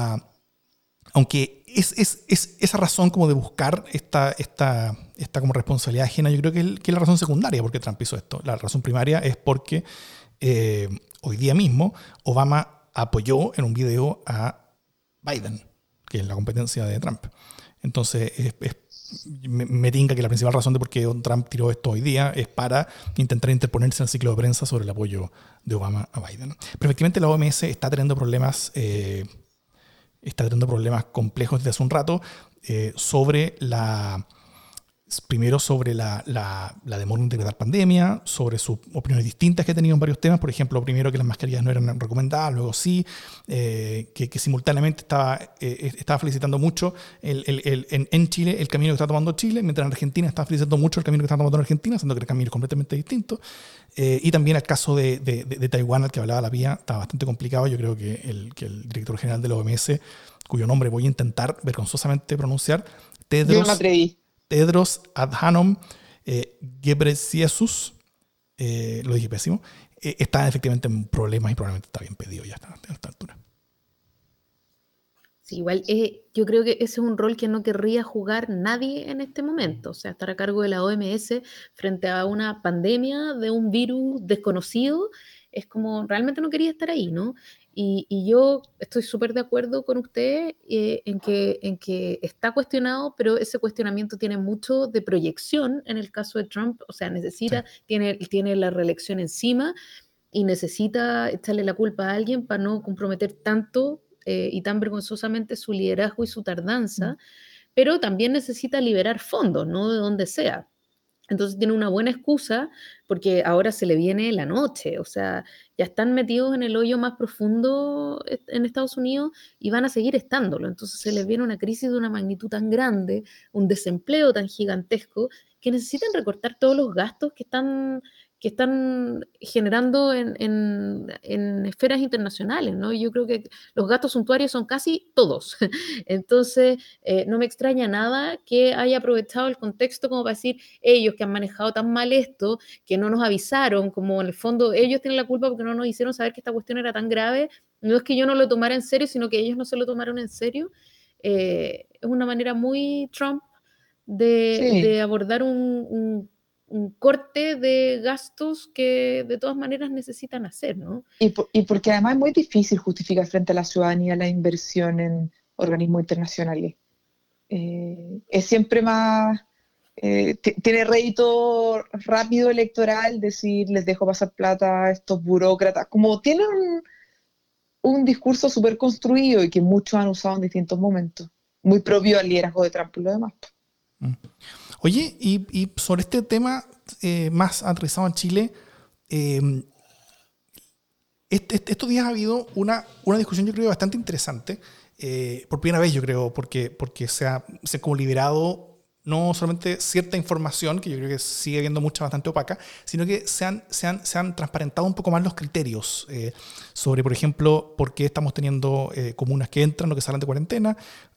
es esa razón como de buscar esta como responsabilidad ajena, yo creo que es la razón secundaria por qué Trump hizo esto. La razón primaria es porque hoy día mismo Obama apoyó en un video a Biden, que es la competencia de Trump. Entonces, me tinca que la principal razón de por qué Trump tiró esto hoy día es para intentar interponerse en el ciclo de prensa sobre el apoyo de Obama a Biden. Pero efectivamente la OMS está teniendo problemas complejos desde hace un rato, primero sobre la demora en decretar pandemia, sobre sus opiniones distintas que ha tenido en varios temas. Por ejemplo, primero que las mascarillas no eran recomendadas, luego sí, que simultáneamente estaba felicitando mucho en Chile el camino que está tomando Chile, mientras en Argentina estaba felicitando mucho el camino que está tomando en Argentina, siendo que el camino es completamente distinto. Y también el caso de Taiwán, al que hablaba la Pía, está bastante complicado. Yo creo que el director general de la OMS, cuyo nombre voy a intentar vergonzosamente pronunciar, Yo no me atreví. Tedros Adhanom Ghebreyesus, lo dije pésimo, está efectivamente en problemas y probablemente está bien pedido ya a esta altura. Sí, igual yo creo que ese es un rol que no querría jugar nadie en este momento, o sea, estar a cargo de la OMS frente a una pandemia de un virus desconocido, es como realmente no quería estar ahí, ¿no? Y yo estoy súper de acuerdo con usted en que está cuestionado, pero ese cuestionamiento tiene mucho de proyección en el caso de Trump, o sea, necesita, sí, tiene la reelección encima y necesita echarle la culpa a alguien para no comprometer tanto y tan vergonzosamente su liderazgo y su tardanza, pero también necesita liberar fondos, ¿no? De donde sea. Entonces tiene una buena excusa porque ahora se le viene la noche, o sea, ya están metidos en el hoyo más profundo en Estados Unidos y van a seguir estándolo. Entonces se les viene una crisis de una magnitud tan grande, un desempleo tan gigantesco, que necesitan recortar todos los gastos que están generando en esferas internacionales, ¿no? Yo creo que los gastos suntuarios son casi todos. Entonces, no me extraña nada que haya aprovechado el contexto como para decir, ellos que han manejado tan mal esto, que no nos avisaron, como en el fondo ellos tienen la culpa porque no nos hicieron saber que esta cuestión era tan grave, no es que yo no lo tomara en serio, sino que ellos no se lo tomaron en serio. Es una manera muy Trump de abordar un corte de gastos que de todas maneras necesitan hacer, ¿no? Y porque además es muy difícil justificar frente a la ciudadanía la inversión en organismos internacionales. Es siempre más... tiene rédito rápido electoral decir les dejo pasar plata a estos burócratas, como tienen un discurso súper construido y que muchos han usado en distintos momentos, muy propio al liderazgo de Trump y lo demás. Oye, y sobre este tema más aterrizado en Chile, estos días ha habido una discusión, yo creo, bastante interesante, por primera vez, yo creo, porque se ha como liberado no solamente cierta información, que yo creo que sigue habiendo mucha bastante opaca, sino que se han transparentado un poco más los criterios sobre, por ejemplo, por qué estamos teniendo comunas que entran o que salen de cuarentena,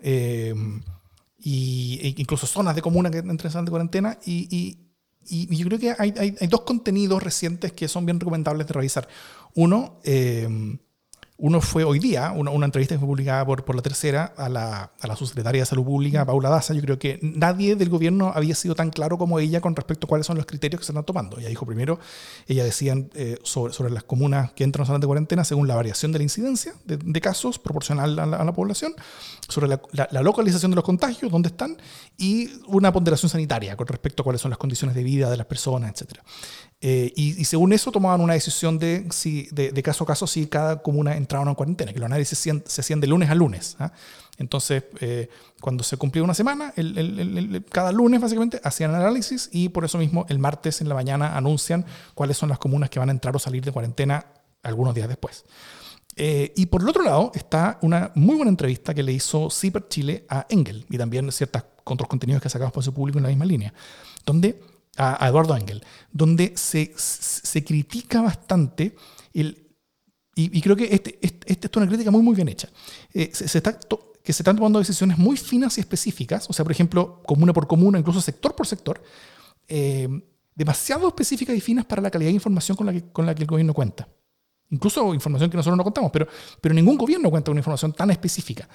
y incluso zonas de comunas que entran y salen de cuarentena, y yo creo que hay dos contenidos recientes que son bien recomendables de revisar. Uno, Uno fue hoy día, una entrevista que fue publicada por La Tercera a la subsecretaria de Salud Pública, Paula Daza. Yo creo que nadie del gobierno había sido tan claro como ella con respecto a cuáles son los criterios que se están tomando. Ella dijo primero, ella decía sobre las comunas que entran en zonas de cuarentena según la variación de la incidencia de casos proporcional a la población, sobre la localización de los contagios, dónde están, y una ponderación sanitaria con respecto a cuáles son las condiciones de vida de las personas, etc. Y según eso tomaban una decisión de caso a caso si cada comuna entraba o no en cuarentena, que los análisis se hacían de lunes a lunes. Entonces, cuando se cumplía una semana, cada lunes básicamente hacían el análisis, y por eso mismo el martes en la mañana anuncian cuáles son las comunas que van a entrar o salir de cuarentena algunos días después. Y por el otro lado está una muy buena entrevista que le hizo CIPER Chile a Engel, y también ciertos otros contenidos que sacamos para su público en la misma línea, donde a Eduardo Engel, donde se critica bastante y creo que esta es una crítica muy bien hecha. Que se están tomando decisiones muy finas y específicas, o sea, por ejemplo, comuna por comuna, incluso sector por sector, demasiado específicas y finas para la calidad de información con la que el gobierno cuenta. Incluso información que nosotros no contamos, pero ningún gobierno cuenta con una información tan específica.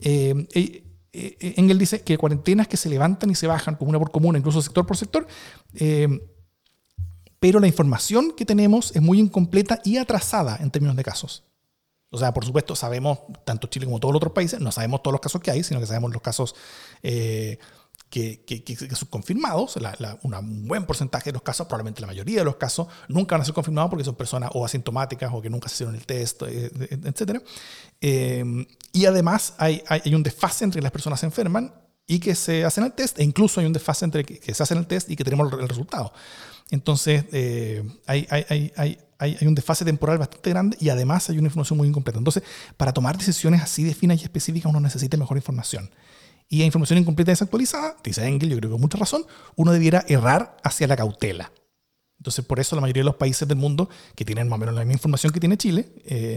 Engel dice que cuarentenas que se levantan y se bajan comuna por comuna, incluso sector por sector, pero la información que tenemos es muy incompleta y atrasada en términos de casos. O sea, por supuesto, sabemos, tanto Chile como todos los otros países, no sabemos todos los casos que hay, sino que sabemos los casos que son confirmados. Un buen porcentaje de los casos, probablemente la mayoría de los casos, nunca van a ser confirmados porque son personas o asintomáticas o que nunca se hicieron el test, etc. Y además hay un desfase entre que las personas se enferman y que se hacen el test, e incluso hay un desfase entre que se hacen el test y que tenemos el resultado. Entonces, hay un desfase temporal bastante grande, y además hay una información muy incompleta. Entonces, para tomar decisiones así de finas y específicas, uno necesita mejor información. Y a información incompleta y desactualizada, dice Engel, yo creo que con mucha razón, uno debiera errar hacia la cautela. Entonces, por eso la mayoría de los países del mundo que tienen más o menos la misma información que tiene Chile,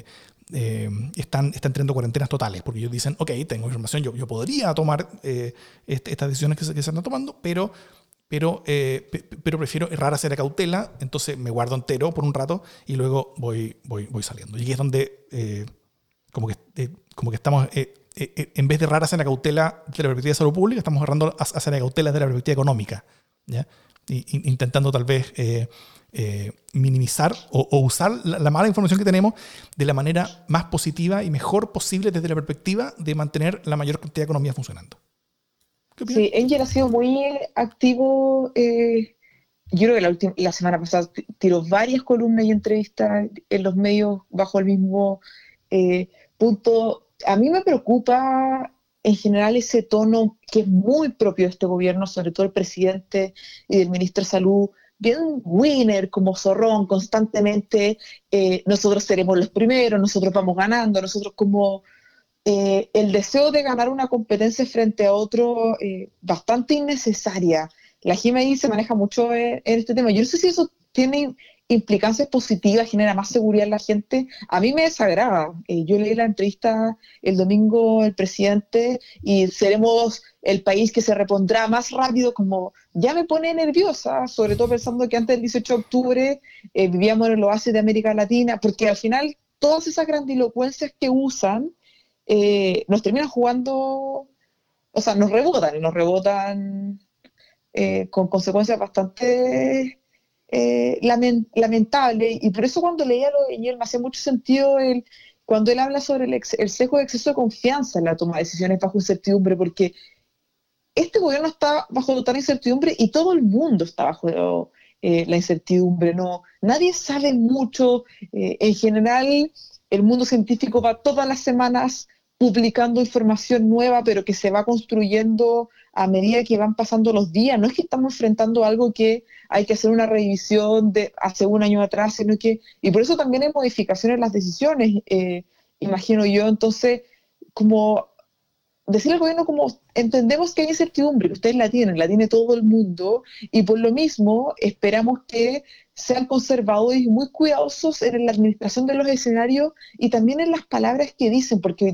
están teniendo cuarentenas totales, porque ellos dicen, ok, tengo información, yo podría tomar estas decisiones que se están tomando, pero prefiero errar hacia la cautela, entonces me guardo entero por un rato y luego voy saliendo. Y aquí es donde como que estamos, en vez de errar hacia la cautela de la perspectiva de salud pública, estamos errando hacia la cautela de la perspectiva económica, ¿ya? Intentando tal vez minimizar o usar la mala información que tenemos de la manera más positiva y mejor posible desde la perspectiva de mantener la mayor cantidad de economía funcionando. Sí, Engel ha sido muy activo. Yo creo que la semana pasada tiró varias columnas y entrevistas en los medios bajo el mismo punto. A mí me preocupa en general ese tono que es muy propio de este gobierno, sobre todo el presidente y del ministro de Salud, bien winner, como zorrón, constantemente, nosotros seremos los primeros, nosotros vamos ganando, nosotros como... el deseo de ganar una competencia frente a otro bastante innecesaria. La GMI se maneja mucho en este tema. Yo no sé si eso tiene implicancias positivas, genera más seguridad en la gente. A mí me desagrada. Yo leí la entrevista el domingo del presidente y seremos el país que se repondrá más rápido, como ya me pone nerviosa, sobre todo pensando que antes del 18 de octubre vivíamos en el oasis de América Latina, porque al final todas esas grandilocuencias que usan nos terminan jugando, o sea, nos rebotan con consecuencias bastante lamentables, y por eso cuando leía lo de Ñel me hacía mucho sentido cuando él habla sobre el sesgo de exceso de confianza en la toma de decisiones bajo incertidumbre, porque este gobierno está bajo total incertidumbre y todo el mundo está bajo la incertidumbre, ¿no? Nadie sabe mucho, en general el mundo científico va todas las semanas publicando información nueva, pero que se va construyendo a medida que van pasando los días. No es que estamos enfrentando algo que hay que hacer una revisión de hace un año atrás, sino que, y por eso también hay modificaciones en las decisiones, imagino yo. Entonces, como decirle al gobierno, como entendemos que hay incertidumbre, que ustedes la tiene todo el mundo, y por lo mismo esperamos que sean conservadores y muy cuidadosos en la administración de los escenarios y también en las palabras que dicen, porque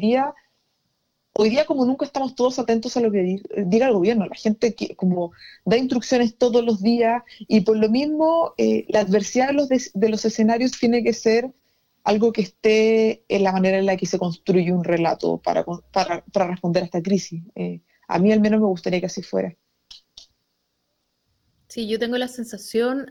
hoy día como nunca estamos todos atentos a lo que diga el gobierno. La gente que como da instrucciones todos los días, y por lo mismo la adversidad de los escenarios tiene que ser algo que esté en la manera en la que se construye un relato para responder a esta crisis. A mí al menos me gustaría que así fuera. Sí, yo tengo la sensación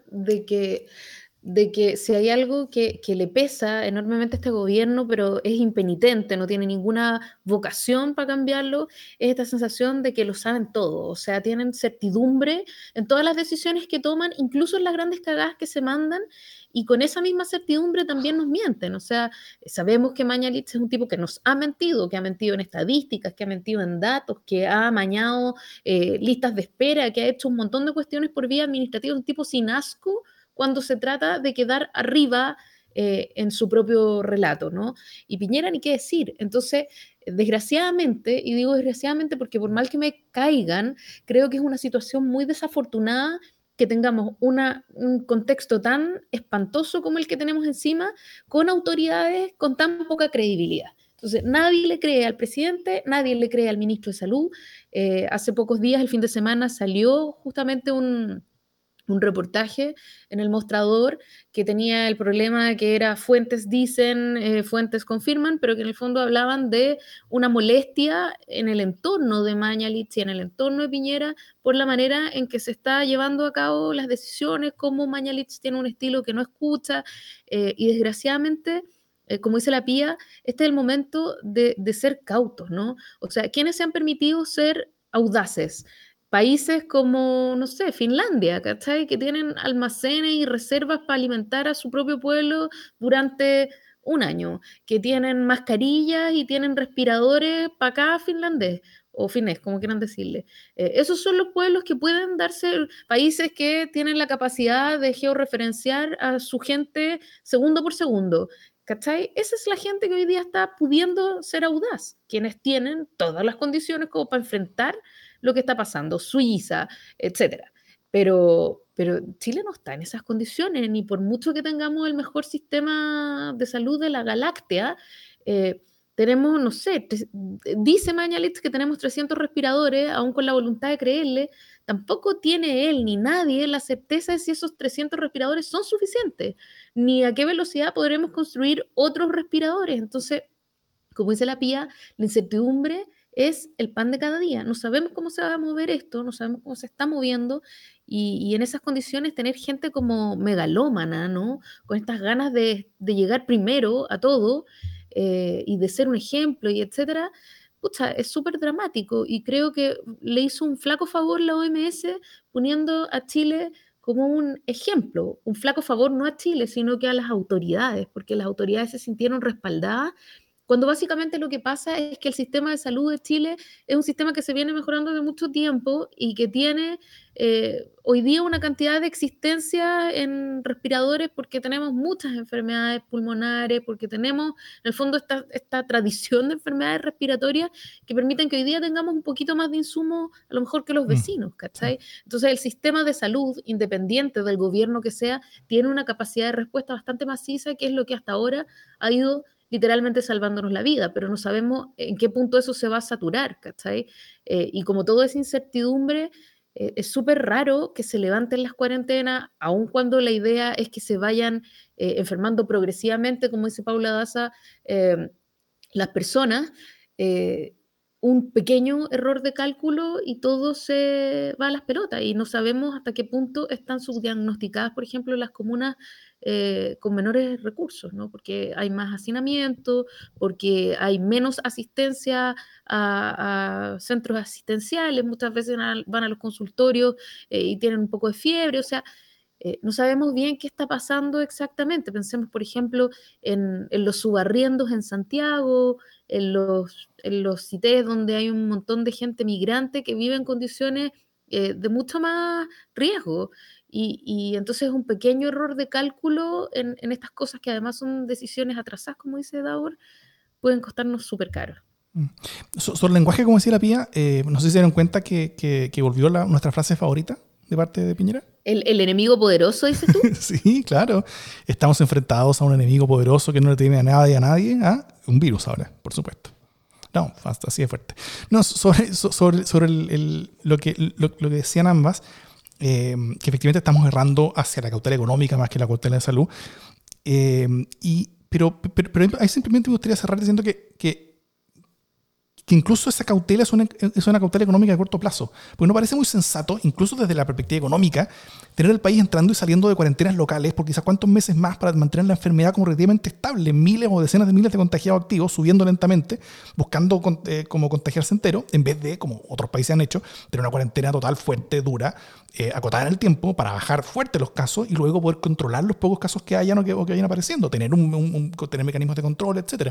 de que si hay algo que le pesa enormemente a este gobierno, pero es impenitente, no tiene ninguna vocación para cambiarlo, es esta sensación de que lo saben todo, o sea, tienen certidumbre en todas las decisiones que toman, incluso en las grandes cagadas que se mandan, y con esa misma certidumbre también nos mienten, o sea, sabemos que Mañalich es un tipo que nos ha mentido, que ha mentido en estadísticas, que ha mentido en datos, que ha amañado listas de espera, que ha hecho un montón de cuestiones por vía administrativa, un tipo sin asco, cuando se trata de quedar arriba en su propio relato, ¿no? Y Piñera ni qué decir. Entonces, desgraciadamente, y digo desgraciadamente porque por mal que me caigan, creo que es una situación muy desafortunada que tengamos un contexto tan espantoso como el que tenemos encima, con autoridades con tan poca credibilidad. Entonces, nadie le cree al presidente, nadie le cree al ministro de Salud. Hace pocos días, el fin de semana, salió justamente un reportaje en El Mostrador que tenía el problema de que era fuentes dicen, fuentes confirman, pero que en el fondo hablaban de una molestia en el entorno de Mañalich y en el entorno de Piñera por la manera en que se está llevando a cabo las decisiones, cómo Mañalich tiene un estilo que no escucha, y desgraciadamente, como dice la Pía, este es el momento de ser cautos, ¿no? O sea, ¿quiénes se han permitido ser audaces? Países como, no sé, Finlandia, ¿cachai? Que tienen almacenes y reservas para alimentar a su propio pueblo durante un año, que tienen mascarillas y tienen respiradores para cada finlandés o finés, como quieran decirle. Esos son los pueblos que pueden darse, países que tienen la capacidad de georreferenciar a su gente segundo por segundo. ¿Cachai? Esa es la gente que hoy día está pudiendo ser audaz, quienes tienen todas las condiciones como para enfrentar lo que está pasando, Suiza, etcétera. Pero Chile no está en esas condiciones, ni por mucho que tengamos el mejor sistema de salud de la galáctea, tenemos, no sé, dice Mañalich que tenemos 300 respiradores, aún con la voluntad de creerle, tampoco tiene él ni nadie la certeza de si esos 300 respiradores son suficientes, ni a qué velocidad podremos construir otros respiradores. Entonces, como dice la Pía, la incertidumbre es el pan de cada día. No sabemos cómo se va a mover esto, no sabemos cómo se está moviendo, y en esas condiciones tener gente como megalómana, ¿no? Con estas ganas de llegar primero a todo y de ser un ejemplo y etcétera, pucha, es súper dramático y creo que le hizo un flaco favor la OMS poniendo a Chile como un ejemplo, un flaco favor no a Chile, sino que a las autoridades, porque las autoridades se sintieron respaldadas cuando básicamente lo que pasa es que el sistema de salud de Chile es un sistema que se viene mejorando de mucho tiempo y que tiene hoy día una cantidad de existencia en respiradores porque tenemos muchas enfermedades pulmonares, porque tenemos en el fondo esta tradición de enfermedades respiratorias que permiten que hoy día tengamos un poquito más de insumo a lo mejor que los vecinos, ¿cachai? Entonces el sistema de salud, independiente del gobierno que sea, tiene una capacidad de respuesta bastante maciza, que es lo que hasta ahora ha ido literalmente salvándonos la vida, pero no sabemos en qué punto eso se va a saturar, ¿cachai? Y como todo es incertidumbre, es súper raro que se levanten las cuarentenas, aun cuando la idea es que se vayan enfermando progresivamente, como dice Paula Daza, las personas, un pequeño error de cálculo y todo se va a las pelotas y no sabemos hasta qué punto están subdiagnosticadas, por ejemplo, las comunas con menores recursos, ¿no? Porque hay más hacinamiento, porque hay menos asistencia a centros asistenciales, muchas veces van a los consultorios y tienen un poco de fiebre, o sea, no sabemos bien qué está pasando exactamente. Pensemos, por ejemplo, en los subarriendos en Santiago, en los CITES donde hay un montón de gente migrante que vive en condiciones de mucho más riesgo. Y entonces un pequeño error de cálculo en estas cosas que además son decisiones atrasadas, como dice Davor, pueden costarnos súper caro. Sobre el lenguaje, como decía la Pía, no sé si se dieron cuenta que volvió nuestra frase favorita de parte de Piñera. ¿El enemigo poderoso, dices tú? Sí, claro. Estamos enfrentados a un enemigo poderoso que no le teme a nadie. ¿Ah? Un virus ahora, por supuesto. No, así de fuerte. No, sobre lo que decían ambas, que efectivamente estamos errando hacia la cautela económica más que la cautela de salud. pero ahí simplemente me gustaría cerrar diciendo que incluso esa cautela es una cautela económica de corto plazo. Porque no parece muy sensato, incluso desde la perspectiva económica, tener el país entrando y saliendo de cuarentenas locales por quizás cuántos meses más para mantener la enfermedad como relativamente estable, miles o decenas de miles de contagiados activos, subiendo lentamente, buscando como contagiarse entero, en vez de, como otros países han hecho, tener una cuarentena total, fuerte, dura, acotada en el tiempo para bajar fuerte los casos y luego poder controlar los pocos casos que hayan o que vayan apareciendo, tener mecanismos de control, etc.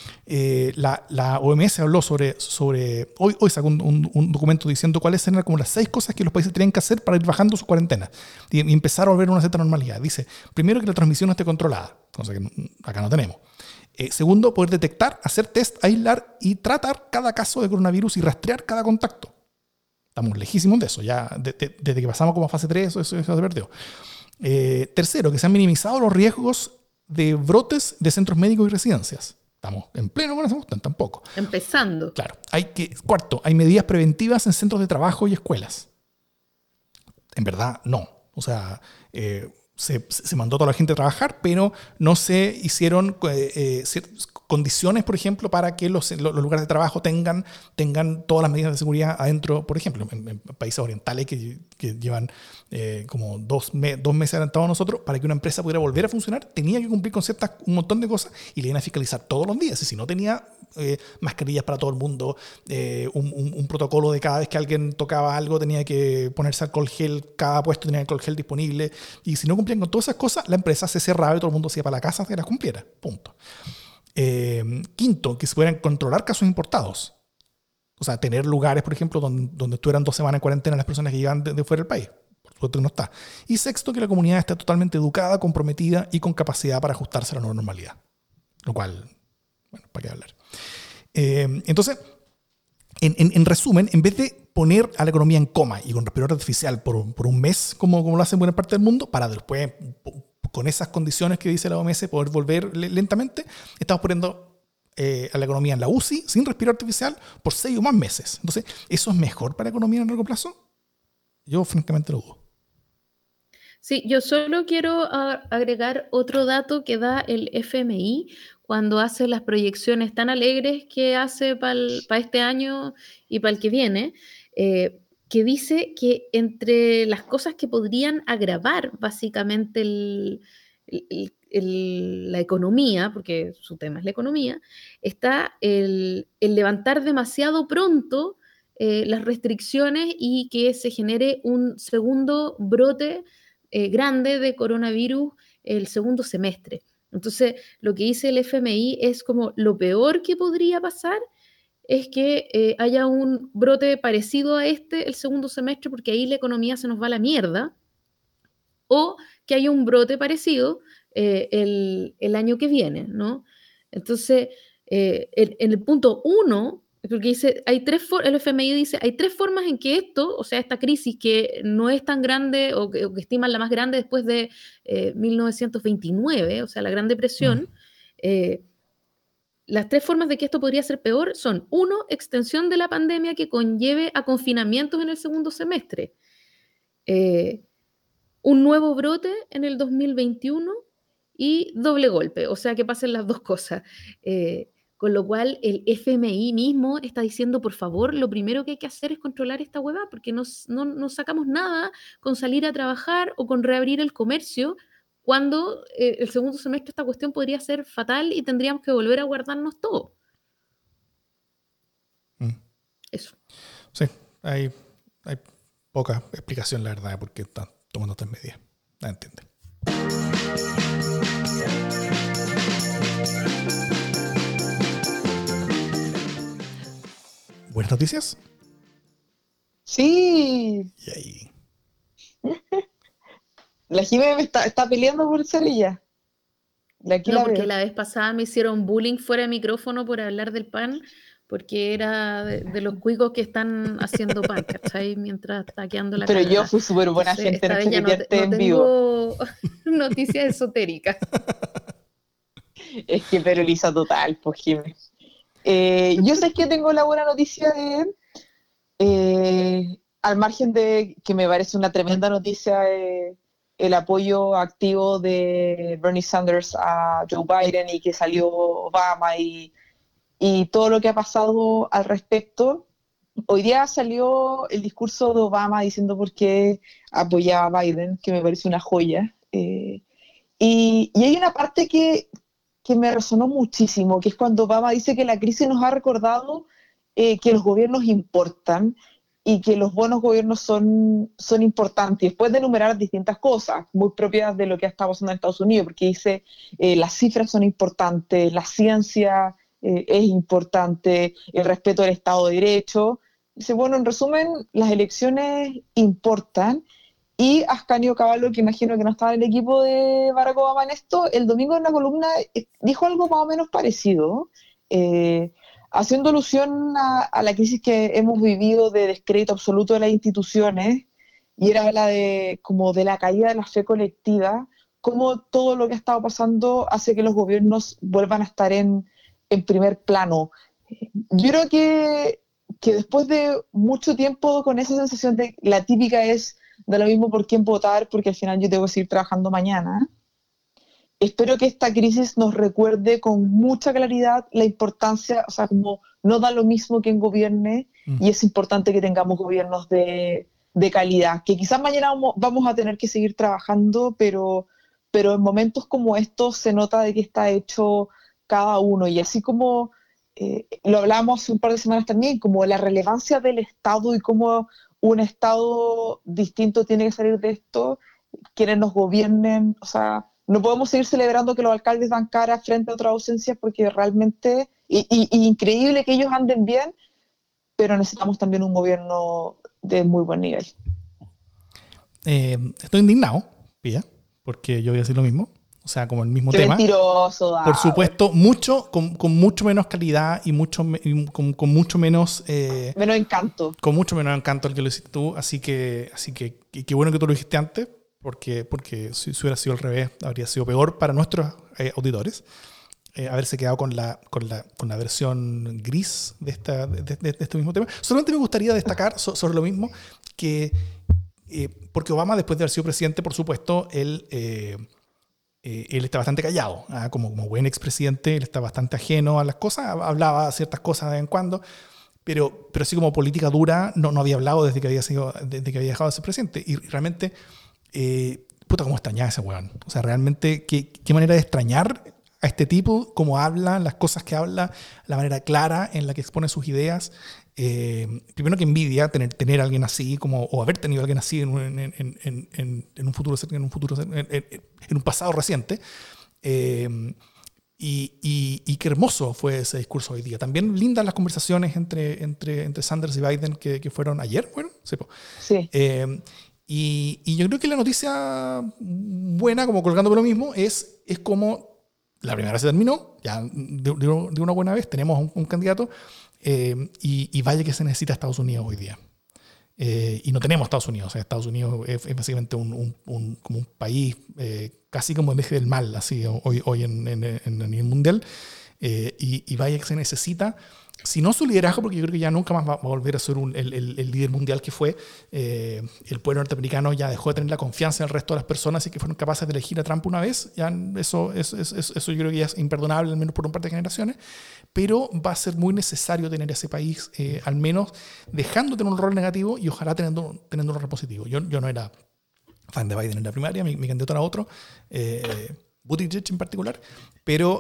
La OMS habló hoy sacó un documento diciendo cuáles eran como las 6 cosas que los países tenían que hacer para ir bajando sus cuarentenas y empezar a volver a una cierta normalidad. Dice, primero, que la transmisión no esté controlada, cosa que acá no tenemos. Segundo, poder detectar, hacer test, aislar y tratar cada caso de coronavirus y rastrear cada contacto. Estamos lejísimos de eso, ya desde que pasamos como a fase 3, eso se perdió. Tercero, que se han minimizado los riesgos de brotes de centros médicos y residencias. Estamos en pleno con eso, tampoco. Empezando. Claro. Cuarto, hay medidas preventivas en centros de trabajo y escuelas. En verdad, no. O sea, se mandó a toda la gente a trabajar, pero no se hicieron condiciones, por ejemplo, para que los lugares de trabajo tengan todas las medidas de seguridad adentro, por ejemplo, en países orientales que llevan como 2 meses adelantados a nosotros. Para que una empresa pudiera volver a funcionar, tenía que cumplir con un montón de cosas y le iban a fiscalizar todos los días. Y si no tenía mascarillas para todo el mundo, un protocolo de cada vez que alguien tocaba algo tenía que ponerse alcohol gel, cada puesto tenía alcohol gel disponible, y si no cumplían con todas esas cosas, la empresa se cerraba y todo el mundo se iba para la casa hasta que las cumpliera. Punto. Quinto, que se pudieran controlar casos importados. O sea, tener lugares, por ejemplo, donde estuvieran 2 semanas en cuarentena las personas que llegan de fuera del país. Por supuesto que no está. Y sexto, que la comunidad esté totalmente educada, comprometida y con capacidad para ajustarse a la nueva normalidad. Lo cual, bueno, ¿para qué hablar? Entonces, en resumen, en vez de poner a la economía en coma y con respirador artificial por un mes, como lo hacen buena parte del mundo, para después, con esas condiciones que dice la OMS, poder volver lentamente, estamos poniendo a la economía en la UCI sin respirador artificial por 6 o más meses. Entonces, ¿eso es mejor para la economía en largo plazo? Yo francamente lo dudo. Sí, yo solo quiero agregar otro dato que da el FMI cuando hace las proyecciones tan alegres que hace para este año y para el que viene, que dice que entre las cosas que podrían agravar básicamente la economía, porque su tema es la economía, está el levantar demasiado pronto las restricciones y que se genere un segundo brote grande de coronavirus el segundo semestre. Entonces, lo que dice el FMI es como lo peor que podría pasar es que haya un brote parecido a el segundo semestre, porque ahí la economía se nos va a la mierda, o que haya un brote parecido el año que viene, ¿no? Entonces, en el punto 1, porque dice, el FMI dice, hay 3 formas en que o sea, esta crisis que no es tan grande o que estiman la más grande después de 1929, o sea, la Gran Depresión, las 3 formas de que esto podría ser peor son: 1, extensión de la pandemia que conlleve a confinamientos en el segundo semestre, un nuevo brote en el 2021 y doble golpe, o sea, que pasen las 2 cosas. Con lo cual el FMI mismo está diciendo, por favor, lo primero que hay que hacer es controlar esta huevada, porque no sacamos nada con salir a trabajar o con reabrir el comercio, cuando el segundo semestre esta cuestión podría ser fatal y tendríamos que volver a guardarnos todo. Eso. Sí, hay poca explicación, la verdad, porque están tomando estas medidas. La entiende. ¿Buenas noticias? Sí. Y ahí. La Jimé está peleando por ser ella. Porque la vez pasada me hicieron bullying fuera de micrófono por hablar del pan, porque era de los cuicos que están haciendo pan, ¿cachai? Mientras está quedando la Pero cagada. yo fui súper buena gente esta vez ya no tengo noticias esotéricas. Es que peroliza total, pues Jimé. Yo sé que tengo la buena noticia al margen de que me parece una tremenda noticia el apoyo activo de Bernie Sanders a Joe Biden y que salió Obama y todo lo que ha pasado al respecto. Hoy día salió el discurso de Obama diciendo por qué apoyaba a Biden, que me parece una joya. Y hay una parte que me resonó muchísimo, que es cuando Obama dice que la crisis nos ha recordado que los gobiernos importan y que los buenos gobiernos son importantes. Después de enumerar distintas cosas, muy propias de lo que ha estado pasando en Estados Unidos, porque dice las cifras son importantes, la ciencia es importante, el respeto del Estado de Derecho. Dice, bueno, en resumen, las elecciones importan. Y Ascanio Cavallo, que imagino que no estaba en el equipo de Barack Obama en esto, el domingo en una columna dijo algo más o menos parecido, haciendo alusión a la crisis que hemos vivido de descrédito absoluto de las instituciones, y era la como de la caída de la fe colectiva, cómo todo lo que ha estado pasando hace que los gobiernos vuelvan a estar en primer plano. Yo creo que después de mucho tiempo con esa sensación de la típica es da lo mismo por quién votar, porque al final yo tengo que seguir trabajando mañana. Espero que esta crisis nos recuerde con mucha claridad la importancia, o sea, como no da lo mismo quien gobierne, y es importante que tengamos gobiernos de calidad, que quizás mañana vamos a tener que seguir trabajando, pero en momentos como estos se nota de que está hecho cada uno, y así como lo hablamos hace un par de semanas también, como la relevancia del Estado y cómo un Estado distinto tiene que salir de esto, quienes nos gobiernen, o sea, no podemos seguir celebrando que los alcaldes dan cara frente a otras ausencias porque realmente, y increíble que ellos anden bien, pero necesitamos también un gobierno de muy buen nivel. Estoy indignado, Pía, porque yo voy a decir lo mismo. O sea, como el mismo Qué tema. Mentiroso, David. Por supuesto, con mucho menos calidad y con mucho menos... menos encanto. Con mucho menos encanto al que lo hiciste tú. Así que qué bueno que tú lo dijiste antes, porque si hubiera sido al revés, habría sido peor para nuestros auditores. Haberse quedado con la versión gris de este mismo tema. Solamente me gustaría destacar sobre lo mismo que... porque Obama, después de haber sido presidente, por supuesto, él está bastante callado, como buen expresidente, él está bastante ajeno a las cosas, hablaba ciertas cosas de vez en cuando, pero así como política dura no había hablado desde que había dejado de ser presidente. Y realmente, puta, cómo extrañaba ese weón. O sea, realmente, qué manera de extrañar a este tipo, cómo habla, las cosas que habla, la manera clara en la que expone sus ideas. Primero que envidia tener a alguien así, o haber tenido a alguien así en un pasado reciente. Y qué hermoso fue ese discurso hoy día. También lindas las conversaciones entre Sanders y Biden que fueron ayer. Bueno, sí. Y yo creo que la noticia buena, como colgando por lo mismo, es como la primera se terminó, ya de una buena vez tenemos un candidato. Y vaya que se necesita Estados Unidos hoy día. Y no tenemos Estados Unidos. O sea, Estados Unidos es básicamente como un país casi como el eje del mal, así hoy a nivel mundial. Y vaya que se necesita, si no su liderazgo, porque yo creo que ya nunca más va a volver a ser el líder mundial que fue. El pueblo norteamericano ya dejó de tener la confianza en el resto de las personas y que fueron capaces de elegir a Trump una vez. Ya eso yo creo que ya es imperdonable, al menos por un par de generaciones. Pero va a ser muy necesario tener ese país, al menos dejando de tener un rol negativo y ojalá teniendo un rol positivo. Yo no era fan de Biden en la primaria, mi candidato era otro, Buttigieg en particular, pero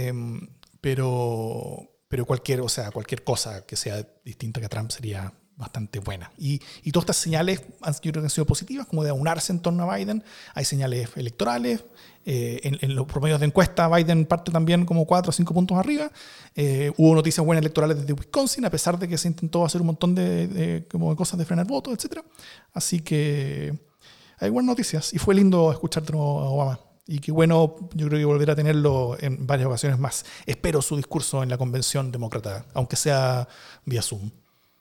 cualquier cosa que sea distinta que a Trump sería bastante buena. Y todas estas señales yo creo que han sido positivas, como de aunarse en torno a Biden. Hay señales electorales. En los promedios de encuesta, Biden parte también como 4 o 5 puntos arriba. Hubo noticias buenas electorales desde Wisconsin, a pesar de que se intentó hacer un montón de cosas de frenar votos, etc. Así que hay buenas noticias. Y fue lindo escucharte a Obama. Y qué bueno, yo creo que volver a tenerlo en varias ocasiones más. Espero su discurso en la convención demócrata, aunque sea vía Zoom.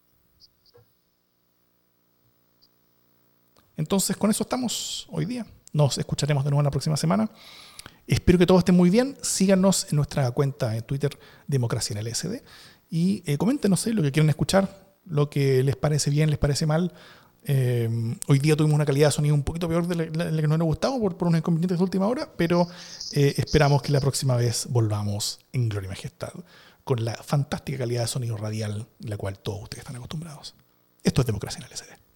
Entonces, con eso estamos hoy día. Nos escucharemos de nuevo la próxima semana. Espero que todos estén muy bien. Síganos en nuestra cuenta en Twitter, Democracia en LSD. Y coméntenos lo que quieren escuchar, lo que les parece bien, les parece mal. Hoy día tuvimos una calidad de sonido un poquito peor de la que nos hubiera gustado por unos inconvenientes de última hora, pero esperamos que la próxima vez volvamos en gloria y majestad con la fantástica calidad de sonido radial, la cual todos ustedes están acostumbrados. Esto es Democracia en el LSD.